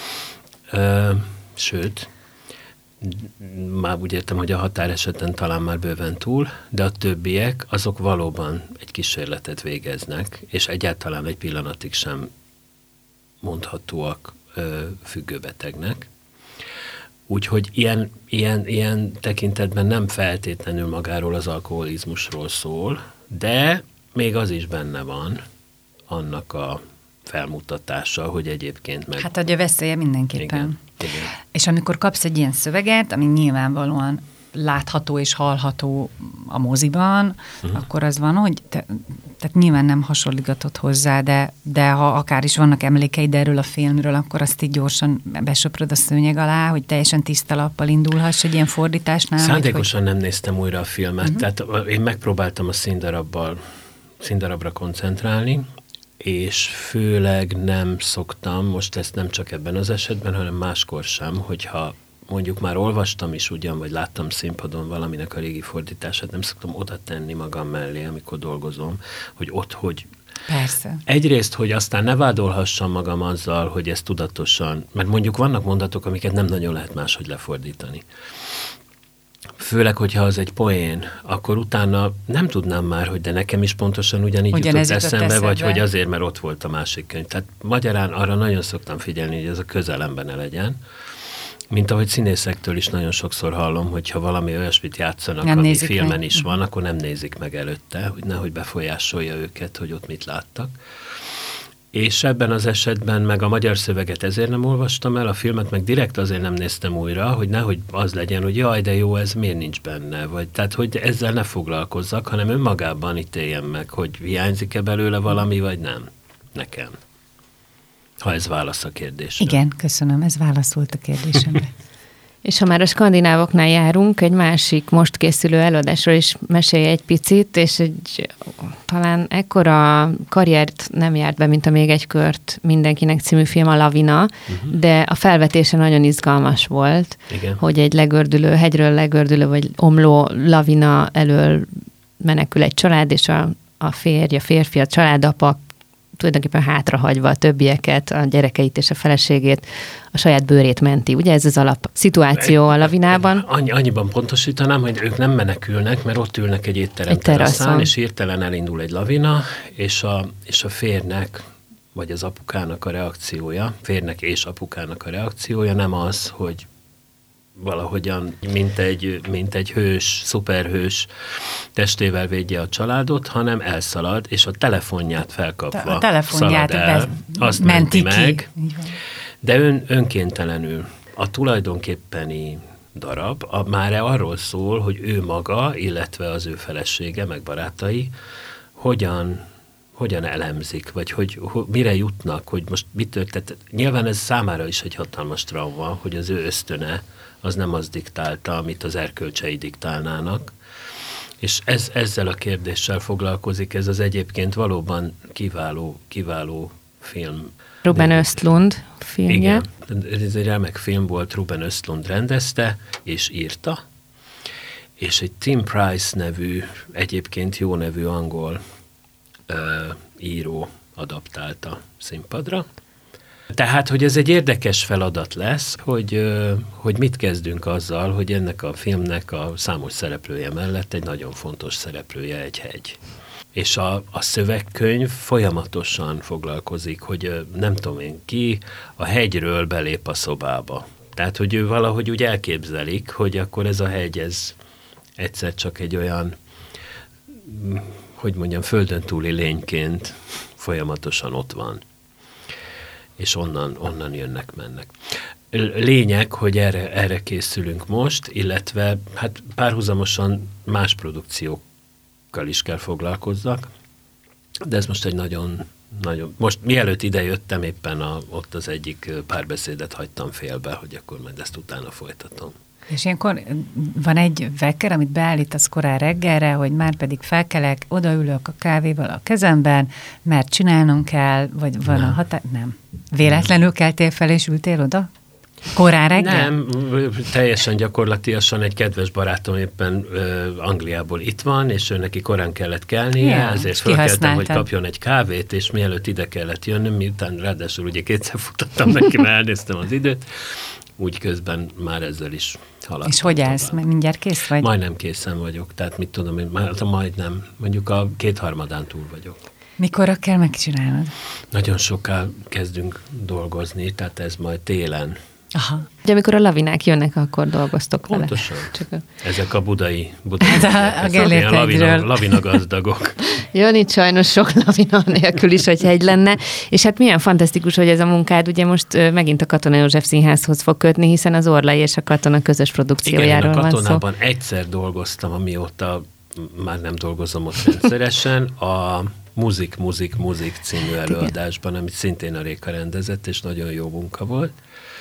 Ö, sőt, már úgy értem, hogy a határeseten talán már bőven túl, de a többiek azok valóban egy kísérletet végeznek, és egyáltalán egy pillanatig sem mondhatóak ö, függőbetegnek. Úgyhogy ilyen, ilyen, ilyen tekintetben nem feltétlenül magáról az alkoholizmusról szól, de még az is benne van, annak a felmutatása, hogy egyébként meg... Hát, hogy a veszélye mindenképpen. Igen, igen. És amikor kapsz egy ilyen szöveget, ami nyilvánvalóan látható és hallható a moziban, uh-huh. akkor az van, hogy te, tehát nyilván nem hasonlítgatod hozzá, de, de ha akár is vannak emlékeid erről a filmről, akkor azt így gyorsan besöpröd a szőnyeg alá, hogy teljesen tiszta lappal indulhass egy ilyen fordításnál. Szándékosan hogy... nem néztem újra a filmet, uh-huh. tehát én megpróbáltam a színdarabbal, színdarabra koncentrálni, és főleg nem szoktam, most ezt nem csak ebben az esetben, hanem máskor sem, hogyha mondjuk már olvastam is ugyan, vagy láttam színpadon valaminek a régi fordítását, nem szoktam oda tenni magam mellé, amikor dolgozom, hogy ott, hogy Persze. Egyrészt, hogy aztán ne vádolhassam magam azzal, hogy ez tudatosan, mert mondjuk vannak mondatok, amiket nem nagyon lehet máshogy lefordítani. Főleg, hogyha az egy poén, akkor utána nem tudnám már, hogy de nekem is pontosan ugyanígy ugyanez jutott eszembe, eszembe, vagy hogy azért, mert ott volt a másik könyv. Tehát magyarán arra nagyon szoktam figyelni, hogy ez a közelemben ne legyen. Mint ahogy színészektől is nagyon sokszor hallom, hogy ha valami olyasmit játszanak, nem ami filmen meg. is van, akkor nem nézik meg előtte, hogy nehogy befolyásolja őket, hogy ott mit láttak. És ebben az esetben meg a magyar szöveget ezért nem olvastam el, a filmet meg direkt azért nem néztem újra, hogy nehogy az legyen, hogy jaj, de jó, ez miért nincs benne, vagy tehát, hogy ezzel ne foglalkozzak, hanem önmagában ítéljem meg, hogy hiányzik-e belőle valami, vagy nem. Nekem. Ha ez válasz a kérdésre. Igen, köszönöm, ez válaszolt a kérdésemre. És ha már a skandinávoknál járunk, egy másik most készülő előadásról is mesélj egy picit, és egy talán ekkora karriert nem járt be, mint a Még egy kört mindenkinek című film, a Lavina, uh-huh. de a felvetése nagyon izgalmas volt, igen. hogy egy legördülő, hegyről legördülő, vagy omló lavina elől menekül egy család, és a, a férj, a férfi, a családapa tulajdonképpen hátrahagyva a többieket, a gyerekeit és a feleségét, a saját bőrét menti. Ugye ez az alap szituáció a Lavinában? Annyi, annyiban pontosítanám, hogy ők nem menekülnek, mert ott ülnek egy étterem egy teraszán, és hirtelen elindul egy lavina, és a, és a férnek, vagy az apukának a reakciója, férnek és apukának a reakciója nem az, hogy valahogyan, mint egy, mint egy hős, szuperhős testével védje a családot, hanem elszalad, és a telefonját felkapva a telefonját szalad el, azt menti meg, de ön, önkéntelenül. A tulajdonképpeni darab a, már arról szól, hogy ő maga, illetve az ő felesége, meg barátai, hogyan hogyan elemzik, vagy hogy, hogy mire jutnak, hogy most mit történt. Nyilván ez számára is egy hatalmas trauma, hogy az ő ösztöne az nem az diktálta, amit az erkölcsei diktálnának. És ez, ezzel a kérdéssel foglalkozik, ez az egyébként valóban kiváló, kiváló film. Ruben Östlund filmje. Igen, ez egy remek film volt, Ruben Östlund rendezte és írta, és egy Tim Price nevű, egyébként jó nevű angol uh, író adaptálta színpadra. Tehát, hogy ez egy érdekes feladat lesz, hogy, hogy mit kezdünk azzal, hogy ennek a filmnek a számos szereplője mellett egy nagyon fontos szereplője egy hegy. És a, a szövegkönyv folyamatosan foglalkozik, hogy nem tudom én ki, a hegyről belép a szobába. Tehát, hogy ő valahogy úgy elképzelik, hogy akkor ez a hegy, ez egyszer csak egy olyan, hogy mondjam, földön túli lényként folyamatosan ott van. És onnan, onnan jönnek, mennek. Lényeg, hogy erre, erre készülünk most, illetve hát párhuzamosan más produkciókkal is kell foglalkozzak, de ez most egy nagyon, nagyon... Most mielőtt ide jöttem, éppen a, ott az egyik párbeszédet hagytam félbe, hogy akkor majd ezt utána folytatom. És ilyenkor van egy vekker, amit beállítasz korán reggelre, hogy már pedig felkelek, odaülök a kávéval a kezemben, mert csinálnom kell, vagy van nem. a határ... Nem. Véletlenül keltél fel, és ültél oda? Korán reggel? Nem, teljesen gyakorlatilag egy kedves barátom éppen ö, Angliából itt van, és ő neki korán kellett kelnie, ja, ezért felkeltem, hogy kapjon egy kávét, és mielőtt ide kellett jönnöm, miután ráadásul ugye kétszer futottam neki, mert elnéztem az időt, úgy közben már ezzel is haladtam. És hogy állsz? Mindjárt kész vagy? Majdnem készen vagyok, tehát mit tudom én, már majdnem, mondjuk a kétharmadán túl vagyok. Mikorra kell megcsinálnod? Nagyon soká kezdünk dolgozni, tehát ez majd télen. Aha. Ugye amikor a lavinák jönnek, akkor dolgoztok vele. Pontosan. Csak a... Ezek a budai, budai hát a, a Gellért lavina, lavina gazdagok. Jön itt sajnos sok lavina nélkül is, hogy hegy lenne. És hát milyen fantasztikus, hogy ez a munkád ugye most megint a Katona József Színházhoz fog kötni, hiszen az Orlai és a Katona közös produkciójáról van szó. Igen, a Katonában egyszer dolgoztam, amióta már nem dolgozom ott rendszeresen, a Muzik, Muzik, Muzik című előadásban, amit szintén a Réka rendezett, és nagyon jó munka volt.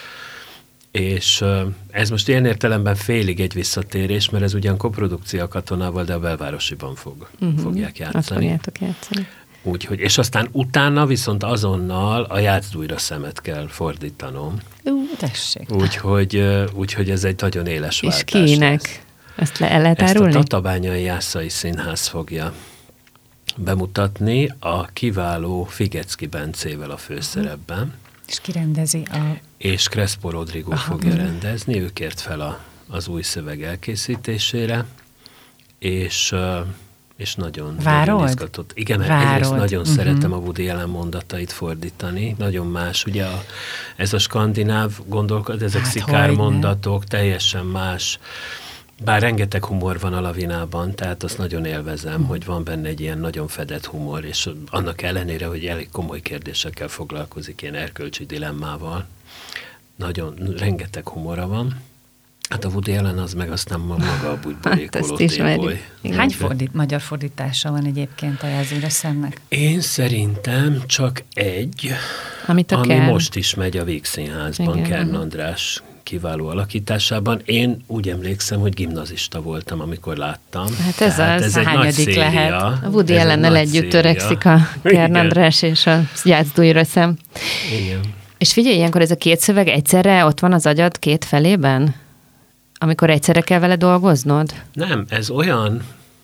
És ez most ilyen értelemben félig egy visszatérés, mert ez ugyan koprodukció a Katonával, de a Belvárosiban fog, uh-huh. fogják játszani. Azt fogjátok játszani. Úgyhogy, és aztán utána viszont azonnal a Játszd újra szemet kell fordítanom. Ú, tessék. Úgyhogy, úgyhogy ez egy nagyon éles váltás. És kinek? Lesz. Ezt le, el lehet árulni? Ezt a Tatabányai Jászai Színház fogja bemutatni a kiváló Figecki Bencével a főszerepben. És ki rendezi a... És Crespo Rodrigo Aha. fogja rendezni, ő kért fel a, az új szöveg elkészítésére, és, és nagyon, nagyon izgatott. Igen, mert Várod. egyrészt nagyon uh-huh. szeretem a Woody Allen mondatait fordítani, nagyon más, ugye a, ez a skandináv gondolkodás, ezek hát szikár mondatok, teljesen más. Bár rengeteg humor van a Lavinában, tehát azt nagyon élvezem, hogy van benne egy ilyen nagyon fedett humor, és annak ellenére, hogy elég komoly kérdésekkel foglalkozik, ilyen erkölcsi dilemmával, nagyon rengeteg humora van. Hát a Woody Allen az meg aztán maga a bugyborékoló téboly. Hány fordít, magyar fordítása van egyébként a Játszd újra szemnek? Én szerintem csak egy, Amit a ami Kern. most is megy a Vígszínházban, Kern András kiváló alakításában. Én úgy emlékszem, hogy gimnazista voltam, amikor láttam. Hát ez Tehát az, ez egy hányadik lehet. A Woody Allennel együtt törekszik a Kern András és a Játszd újra szem. Igen. És figyelj, ilyenkor ez a két szöveg egyszerre ott van az agyad két felében? Amikor egyszerre kell vele dolgoznod? Nem, ez olyan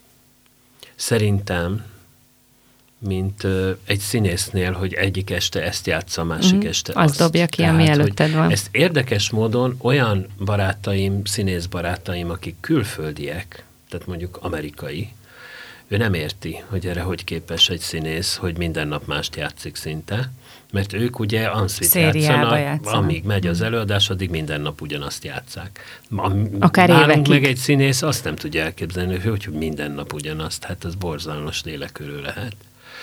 szerintem, mint uh, egy színésznél, hogy egyik este ezt játsza, a másik mm, este azt. azt dobja ki, ami előtted van. Ezt érdekes módon olyan barátaim, színész barátaim, akik külföldiek, tehát mondjuk amerikai, ő nem érti, hogy erre hogy képes egy színész, hogy minden nap mást játszik szinte, mert ők ugye anszvit játszanak, játszanak, amíg megy az előadás, addig minden nap ugyanazt játsszák. Akár nálunk évekig. meg egy színész azt nem tudja elképzelni, hogy minden nap ugyanazt, hát az borzalmas lélekörű lehet.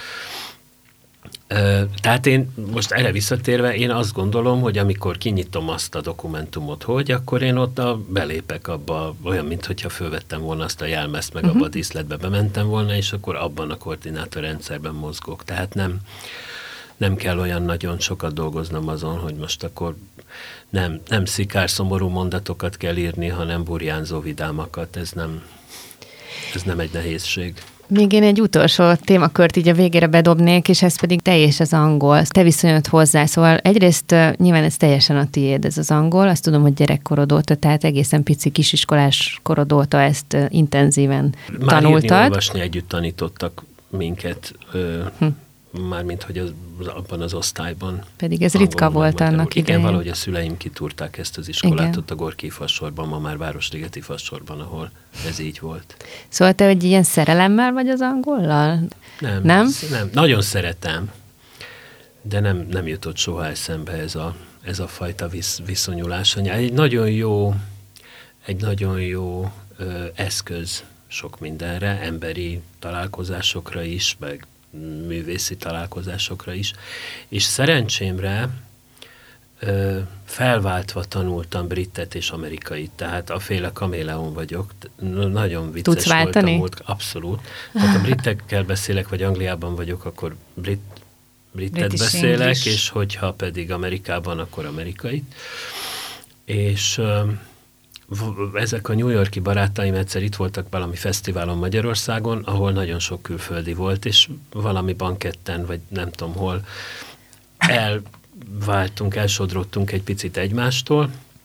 Tehát én most erre visszatérve, én azt gondolom, hogy amikor kinyitom azt a dokumentumot, hogy akkor én ott a, belépek abba, olyan, mintha fölvettem volna azt a jelmezt, meg uh-huh. abba a díszletbe bementem volna, és akkor abban a koordinátorrendszerben mozgok. Tehát nem, nem kell olyan nagyon sokat dolgoznom azon, hogy most akkor nem, nem szikár szomorú mondatokat kell írni, hanem burjánzó vidámakat. Ez nem, ez nem egy nehézség. Még én egy utolsó témakört így a végére bedobnék, és ez pedig te és az angol. Te viszonyod hozzá, szóval egyrészt uh, nyilván ez teljesen a tiéd, ez az angol. Azt tudom, hogy gyerekkorod óta, tehát egészen pici kisiskolás korod óta ezt uh, intenzíven Már tanultad. Már olvasni együtt tanítottak minket, uh, hm. mármint, hogy az, abban az osztályban. Pedig ez ritka volt annak idején. Igen, valahogy a szüleim kitúrták ezt az iskolát, igen. Ott a Gorki Fassorban, ma már Városligeti Fassorban, ahol ez így volt. Szóval te egy ilyen szerelemmel vagy az angollal? Nem, nem? nem. Nagyon szeretem, de nem, nem jutott soha eszembe ez a, ez a fajta visz, viszonyulás. Egy nagyon jó, egy nagyon jó ö, eszköz sok mindenre, emberi találkozásokra is, meg művészi találkozásokra is, és szerencsémre ö, felváltva tanultam britet és amerikait, tehát a féle kaméleon vagyok, nagyon vicces Tudsz váltani? Volt, abszolút. Tehát a britekkel beszélek, vagy Angliában vagyok, akkor brit, britet British beszélek, English. És hogyha pedig Amerikában, akkor amerikait. És ö, ezek a New York-i barátaim egyszer itt voltak valami fesztiválon Magyarországon, ahol nagyon sok külföldi volt, és valami banketten, vagy nem tudom hol, elváltunk, elsodródtunk egy picit egymástól,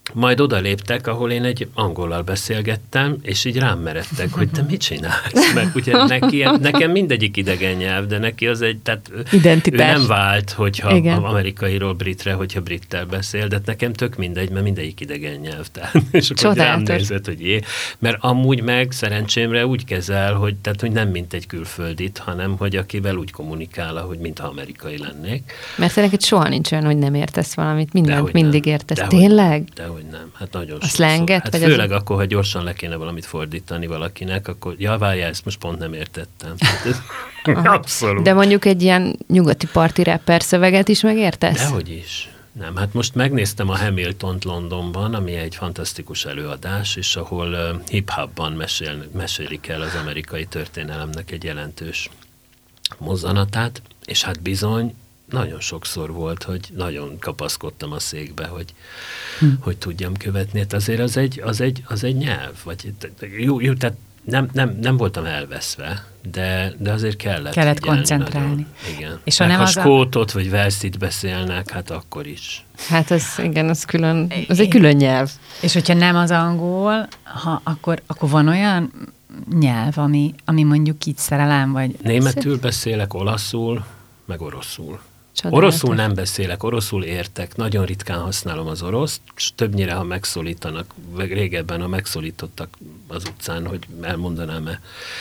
majd odaléptek, ahol én egy angollal beszélgettem, és így rám meredtek, hogy te mit csinálsz? Mert ugye neki, nekem mindegyik idegen nyelv, de neki az egy, tehát identitás. Ő nem vált, hogyha Igen. amerikairól britre, hogyha brittel beszél, de nekem tök mindegy, mert mindegyik idegen nyelv. Tehát, és akkor rám nézett, hogy jé. Mert amúgy meg szerencsémre úgy kezel, hogy, tehát, hogy nem mint egy külföldit, hanem hogy akivel úgy kommunikál, ahogy mintha amerikai lennék. Mert neked soha nincs olyan, hogy nem értesz valamit, mindent Dehogy mindig nem. értesz. Dehogy Tényleg? Nem. Dehogy nem. Hát nagyon a sokszor. Hát főleg az... akkor, ha gyorsan le kéne valamit fordítani valakinek, akkor ja, várjál, ezt most pont nem értettem. Ez... Abszolút. De mondjuk egy ilyen nyugati parti rapper szöveget is megértesz? Dehogy is. Nem, hát most megnéztem a Hamiltont Londonban, ami egy fantasztikus előadás, és ahol uh, hip-hopban mesél, mesélik el az amerikai történelemnek egy jelentős mozzanatát, és hát bizony nagyon sokszor volt, hogy nagyon kapaszkodtam a székbe, hogy, hm. hogy tudjam követni. Hát azért az egy, az egy, az egy nyelv. Vagy, jó, jó, tehát nem, nem, nem voltam elveszve, de, de azért kellett Kellett koncentrálni. Nagyon. Igen. És ha, nem nem ha az skótot a... vagy velszit beszélnek, hát akkor is. Hát az, igen, az külön, az egy külön nyelv. És hogyha nem az angol, ha, akkor, akkor van olyan nyelv, ami, ami mondjuk így szerelem, vagy... Németül beszélek, olaszul, meg oroszul. Csodálatos. Oroszul nem beszélek, oroszul értek, nagyon ritkán használom az oroszt, és többnyire, ha megszólítanak, vagy régebben, ha megszólítottak az utcán, hogy elmondanám-e.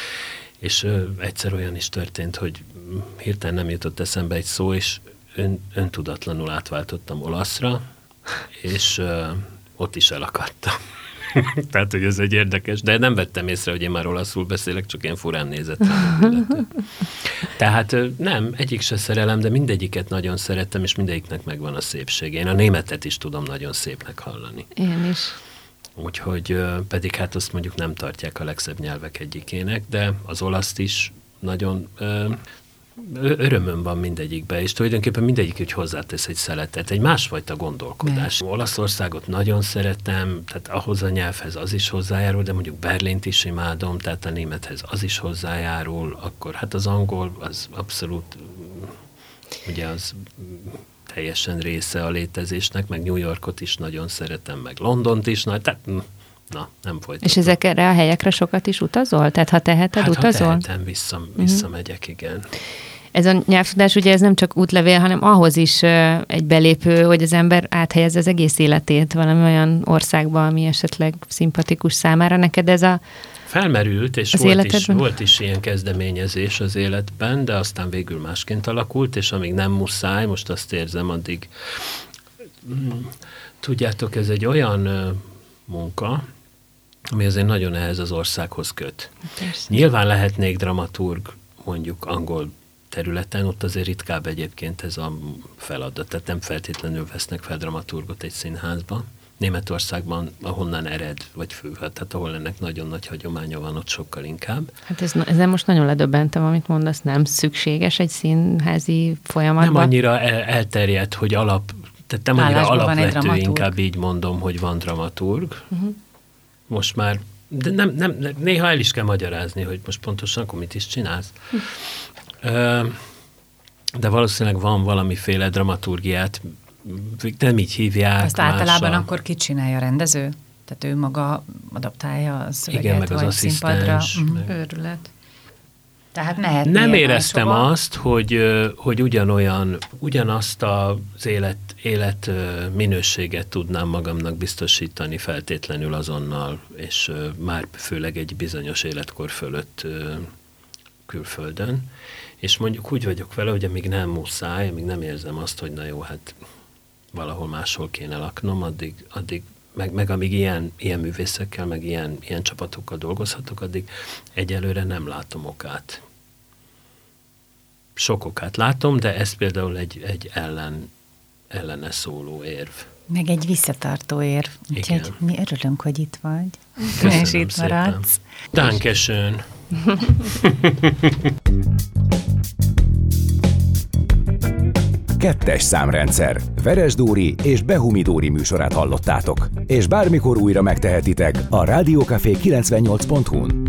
És ö, egyszer olyan is történt, hogy hirtelen nem jutott eszembe egy szó, és ön, öntudatlanul átváltottam olaszra, és ö, ott is elakadtam. Tehát, hogy ez egy érdekes, de nem vettem észre, hogy én már olaszul beszélek, csak én furán nézett rám. Tehát nem, egyik se szerelem, de mindegyiket nagyon szerettem, és mindegyiknek megvan a szépsége. Én a németet is tudom nagyon szépnek hallani. Én is. Úgyhogy pedig hát azt mondjuk nem tartják a legszebb nyelvek egyikének, de az olaszt is nagyon... örömöm van mindegyikben, és tulajdonképpen mindegyik úgy hozzátesz egy szeletet, egy másfajta gondolkodás. Ne. Olaszországot nagyon szeretem, tehát ahhoz a nyelvhez az is hozzájárul, de mondjuk Berlint is imádom, tehát a némethez az is hozzájárul, akkor hát az angol az abszolút, ugye az teljesen része a létezésnek, meg New Yorkot is nagyon szeretem, meg Londont is, na, tehát na, nem folytatom. És ezekre a helyekre sokat is utazol? Tehát ha teheted, hát, utazol? Hát ha tehetem, vissza, visszamegyek, igen. Ez a nyelvtudás ugye ez nem csak útlevél, hanem ahhoz is egy belépő, hogy az ember áthelyezze az egész életét valami olyan országba, ami esetleg szimpatikus számára. Neked ez a felmerült, és volt is, volt is ilyen kezdeményezés az életben, de aztán végül másként alakult, és amíg nem muszáj, most azt érzem, addig tudjátok, ez egy olyan munka, ami azért nagyon ehhez az országhoz köt. Persze. Nyilván lehetnék dramaturg, mondjuk angol területen, ott azért ritkább egyébként ez a feladat, tehát nem feltétlenül vesznek fel dramaturgot egy színházba. Németországban, ahonnan ered, vagy fő, tehát ahol ennek nagyon nagy hagyománya van, ott sokkal inkább. Hát ez, ezzel most nagyon ledöbbentem, amit mondasz, nem szükséges egy színházi folyamatban? Nem annyira el, elterjedt, hogy alap, tehát nem annyira alapvető, inkább így mondom, hogy van dramaturg. Uh-huh. Most már, de nem, nem, néha el is kell magyarázni, hogy most pontosan akkor mit is csinálsz. Uh-huh. De valószínűleg van valamiféle dramaturgiát, nem így hívják. Azt általában a... akkor ki csinálja, a rendező? Tehát ő maga adaptálja a szöveget, igen, meg az vagy színpadra. Meg... Őrület. Tehát mehet. Nem éreztem máshova. Azt, hogy, hogy ugyanolyan, ugyanazt az élet, élet minőséget tudnám magamnak biztosítani feltétlenül azonnal, és már főleg egy bizonyos életkor fölött külföldön. És mondjuk úgy vagyok vele, hogy amíg nem muszáj, amíg nem érzem azt, hogy na jó, hát valahol máshol kéne laknom, addig, addig meg, meg amíg ilyen, ilyen művészekkel, meg ilyen, ilyen csapatokkal dolgozhatok, addig egyelőre nem látom okát. Sok okát látom, de ez például egy, egy ellen, ellene szóló érv. Meg egy visszatartó érv. Úgyhogy mi örülünk, hogy itt vagy. Köszönöm és itt szépen. maradsz. Dankeschön. Kettes számrendszer. Veres Dóri és Behumi Dóri műsorát hallottátok. És bármikor újra megtehetitek a Rádiókafé kilencvennyolc pont hu-n.